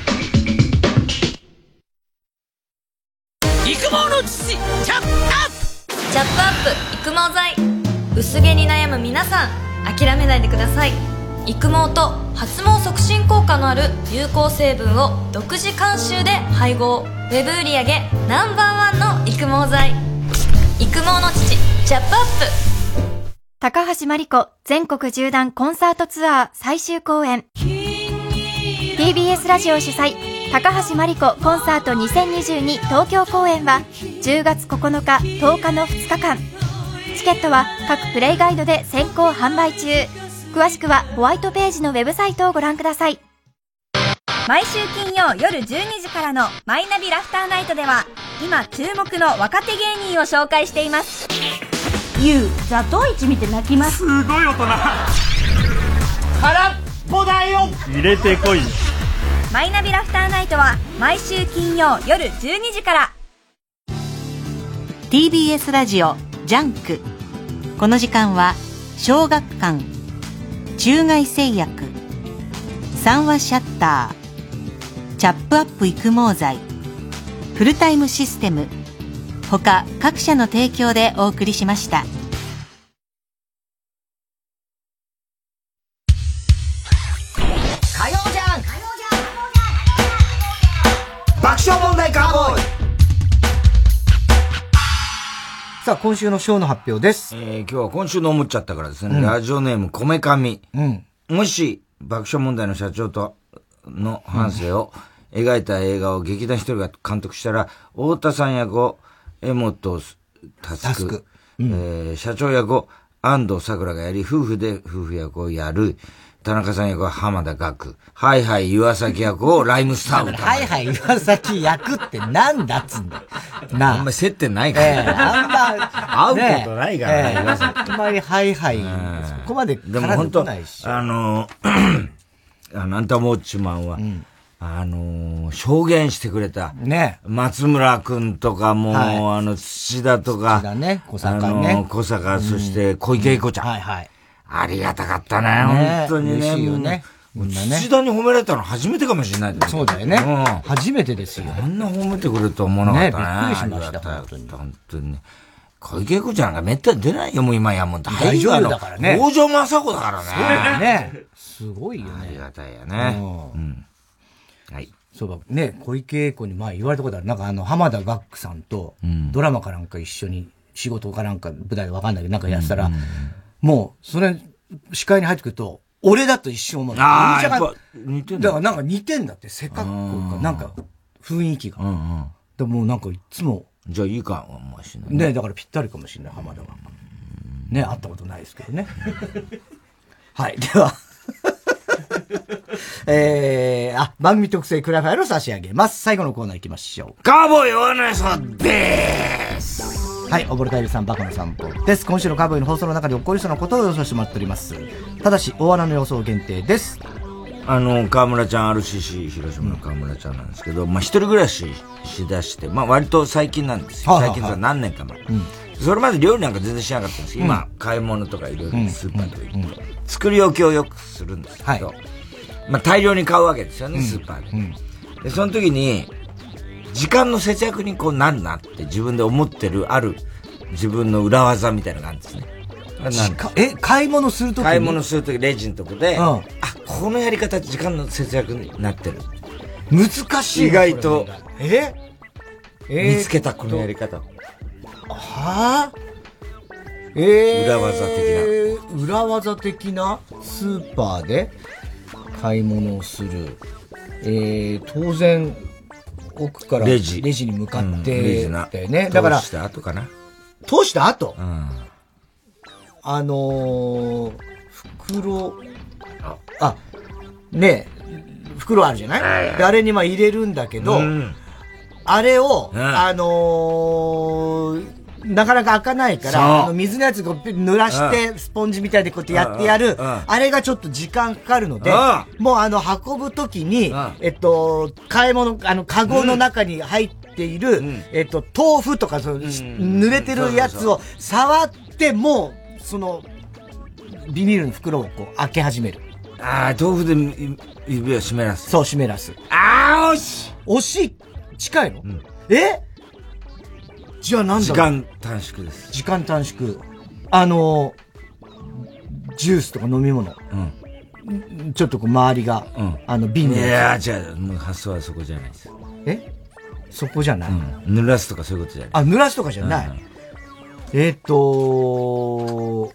育毛の父、チャップアップ。 チャップアップ育毛剤。薄毛に悩む皆さん、諦めないでください。育毛と発毛促進効果のある有効成分を独自監修で配合。ウェブ売上No.1の育毛剤。育毛の父、チャップアップ。 高橋真理子全国縦断コンサートツアー最終公演。TBS ラジオ主催高橋真理子コンサート2022東京公演は10月9日10日の2日間。チケットは各プレイガイドで先行販売中。詳しくはホワイトページのウェブサイトをご覧ください。 毎週金曜夜12時からのマイナビラフターナイトでは今注目の若手芸人を紹介しています。 ユウ、ザトウイチ見て泣きます。 すごい大人。 空っぽだよ。 入れてこい。 マイナビラフターナイトは毎週金曜夜12時から。 TBS ラジオジャンク。この時間は小学館、中外製薬、三話シャッター、チャップアップ育毛剤、フルタイムシステム他各社の提供でお送りしました。 火曜じゃん爆笑問題カーボーイ。さあ、今週のショーの発表です。 今日は今週の思っちゃったからですね、ラジオネームこめかみ。もし爆笑問題の社長との半生を描いた映画を劇団一人が監督したら、太田さん役を江本佑、社長役を安藤サクラがやり、夫婦役をやる。田中さん役は浜田岳。ハイハイ岩崎役をライムスター歌。 ハイハイ岩崎役ってなんだっつんだよ。なあ。 あんまり接点ないから。 あんま、 会うことないからね、岩崎。 あんまりハイハイ、そこまで絡んでこないし。 アンタウォッチマンは、 証言してくれた。 ね。 松村くんとかも、土田とか。 土田ね、小坂ね。 小坂、そして小池栄子ちゃん。 はいはい。 ありがたかったね、本当にね。 嬉しいよね。 土田に褒められたの初めてかもしれない。 そうだよね。初めてですよ。 あんな褒めてくれると思わなかったね。 びっくりしました、 本当にね。小池栄子ちゃんがめったに出ないよ、もう今やもう大丈夫だからね。 北条政子だからね。 そうだよね。すごいよね。 ありがたいよね。はい。 そうだ、ね、小池栄子に言われたことある。なんか浜田岳さんと、ドラマかなんか一緒に、仕事かなんか、舞台わかんないけど、なんかやってたら、もう、それ、視界に入ってくると、俺だと一瞬思う。 ああ、やっぱ似てんだ。 だからなんか似てんだって、背格好か、なんか、雰囲気が。でもなんかいつも。 じゃあいいかもしれない。 ね、だからぴったりかもしれない、浜田は。ね、会ったことないですけどね。はい、では。番組特製クラファイルを差し上げます。最後のコーナー行きましょう。 カーボーイお姉さんでーす。 はい、溺れたエビさんバカの散歩です。今週のカーボーイの放送の中で起こりそうなことを予想してもらっております。ただし、大穴の予想限定です。 河村ちゃん RCC 広島の河村ちゃんなんですけど、一人暮らししだして、割と最近なんですよ。最近は何年か前。それまで料理なんか全然しなかったんですけど、今、買い物とかいろいろスーパーとか行くと、作り置きをよくするんですけど、大量に買うわけですよね、スーパーで。で、その時に、時間の節約になるなって自分で思ってる、ある自分の裏技みたいなのがあるんですね。 買い物するとき買い物するときレジのとこで、このやり方時間の節約になってる。 難しい。 意外と。見つけたこのやり方。 は裏技的な。裏技的なスーパーで買い物をする。当然、奥からレジに向かってだよね。だから、 通した後かな。 通した後袋あるじゃない？で、あれに入れるんだけど、あれを、なかなか開かないから、水のやつを濡らして、スポンジみたいでこうやってやる、あれがちょっと時間かかるので、もう運ぶときに、買い物、カゴの中に入っている、豆腐とか、濡れてるやつを触って、もう、ビニールの袋を開け始める。 豆腐で指を湿らす。 そう、湿らす。 惜しい惜しい近いの？じゃあなんだろう？ 時間短縮です。 時間短縮。ジュースとか飲み物。ちょっと周りが、瓶で。 いや、じゃあ、もう発想はそこじゃないです。 そこじゃない？ 濡らすとかそういうことじゃない。 濡らすとかじゃない。こ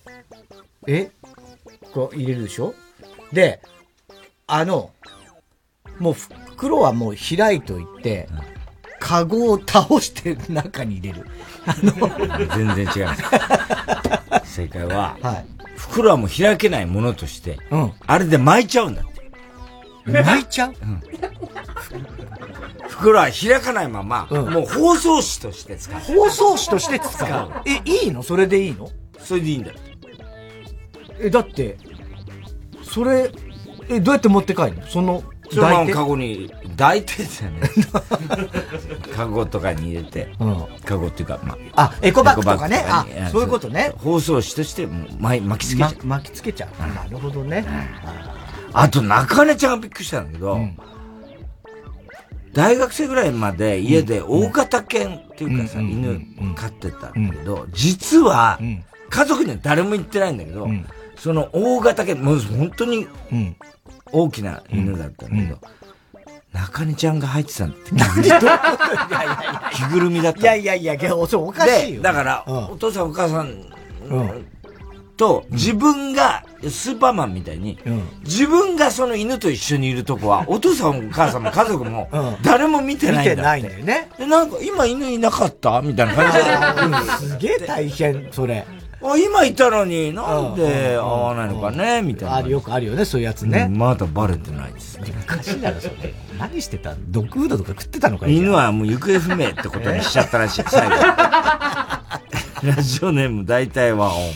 う入れるでしょ？で、もう袋はもう開いといて、カゴを倒して中に入れる。 全然違います。正解は、袋はもう開けないものとして、あれで巻いちゃうんだって。 巻いちゃう？ 袋は開かないまま、もう包装紙として使う。 包装紙として使う？いいの？それでいいの？ それでいいんだよ。 だって、それ、どうやって持って帰るの？そのカゴに、抱いてですよね。カゴとかに入れて、カゴっていうか、 エコバッグとかね。そういうことね。 包装紙として巻きつけちゃう。 巻きつけちゃう。なるほどね。 あと、中根ちゃんがびっくりしたんだけど、大学生ぐらいまで家で大型犬っていうかさ、犬飼ってたんだけど、実は、家族には誰も言ってないんだけど、その大型犬、もう本当に大きな犬だったんだけど、中根ちゃんが入ってたんだって。着ぐるみだった。 いや、それおかしいよ。 だから、お父さんお母さんと自分がスーパーマンみたいに、自分がその犬と一緒にいるとこは、お父さんお母さんも家族も誰も見てないんだって。見てないんだよね。で、なんか今犬いなかったみたいな感じで。 すげえ大変、それ。 今いたのになんで会わないのかねみたいな。 よくあるよね、そういうやつね。 まだバレてないです。 おかしいだろ、それ。何してた？ドッグフードとか食ってたのか？ 犬はもう行方不明ってことにしちゃったらしい、最後。ラジオネーム大体和音。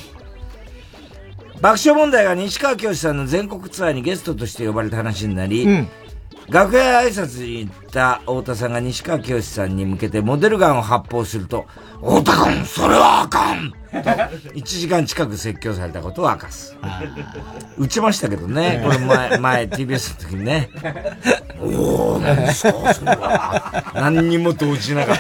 爆笑問題が西川きよしさんの全国ツアーにゲストとして呼ばれた話になり、 楽屋挨拶に行った太田さんが西川きよしさんに向けてモデルガンを発砲すると、太田君、それはあかんと、1時間近く説教されたことを明かす。打ちましたけどね、これ前 TBS の時にね。おー、何ですか、それは。何にも動じなかった。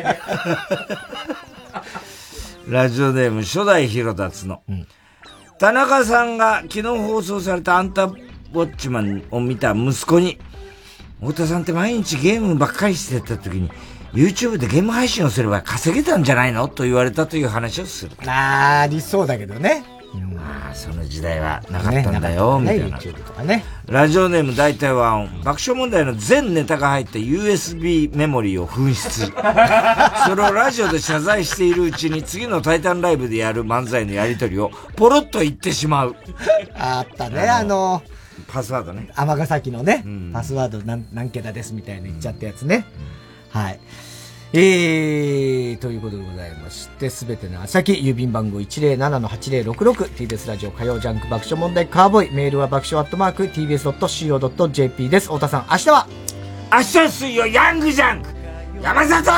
ラジオネーム、初代広達の。田中さんが昨日放送されたアンタウォッチマンを見た息子に、太田さんって毎日ゲームばっかりしてた時に、YouTube でゲーム配信をすれば稼げたんじゃないのと言われたという話をする。 ありそうだけどね。 まあ、その時代はなかったんだよ、みたいな。 YouTube とかね。 ラジオネーム大体ワンオン。爆笑問題の全ネタが入った USB メモリーを紛失。それをラジオで謝罪しているうちに次のタイタンライブでやる漫才のやりとりをポロッと言ってしまう。 あったね、 パスワードね。 尼崎のね、パスワード何桁ですみたいな言っちゃったやつね。はい。ということでございまして、すべての先、郵便番号 107-8066、TBS ラジオ火曜ジャンク爆笑問題カーボーイ、メールは爆笑@tbs.co.jp です。太田さん、明日は水曜ヤングジャンク山里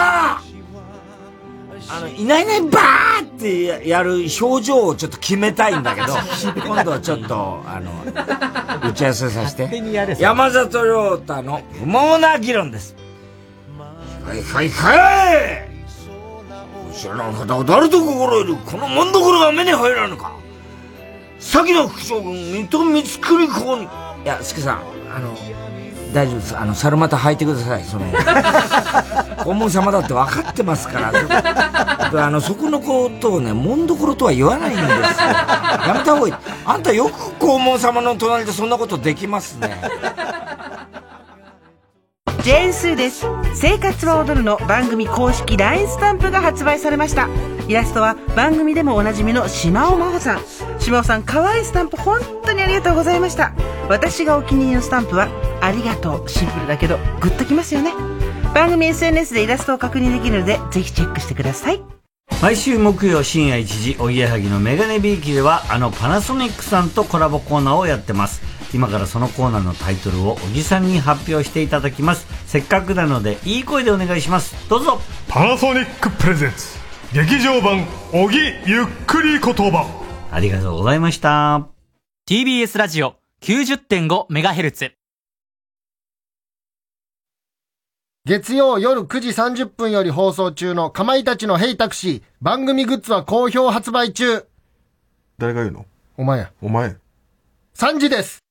いないバーってやる表情をちょっと決めたいんだけど、今度はちょっと、打ち合わせさせて。山里亮太の不毛な議論です。はい知らない方は誰と心得るこのもんどころが目に入らぬか。先の副将軍水戸光圀公に。いや、助さん、大丈夫です。猿股履いてください。黄門様だって分かってますから。そこのことをね、もんどころとは言わないんですよ。やめた方がいい。あんたよく黄門様の隣でそんなことできますね。 ジェーンスーです。生活は踊るの番組公式 LINE スタンプが発売されました。イラストは番組でもおなじみの島尾真帆さん。島尾さん、可愛いスタンプ本当にありがとうございました。私がお気に入りのスタンプはありがとう。シンプルだけどグッときますよね。番組 SNS でイラストを確認できるのでぜひチェックしてください。 毎週木曜深夜1時、おぎやはぎのメガネビーキではパナソニックさんとコラボコーナーをやってます。今からそのコーナーのタイトルを小木さんに発表していただきます。せっかくなのでいい声でお願いします。どうぞ。 パナソニックプレゼンツ劇場版小木ゆっくり言葉。 ありがとうございました。 TBS ラジオ 90.5MHz、 月曜夜9時30分より放送中のかまいたちのヘイタクシー、番組グッズは好評発売中。 誰が言うの？ お前や。 お前。 3時です。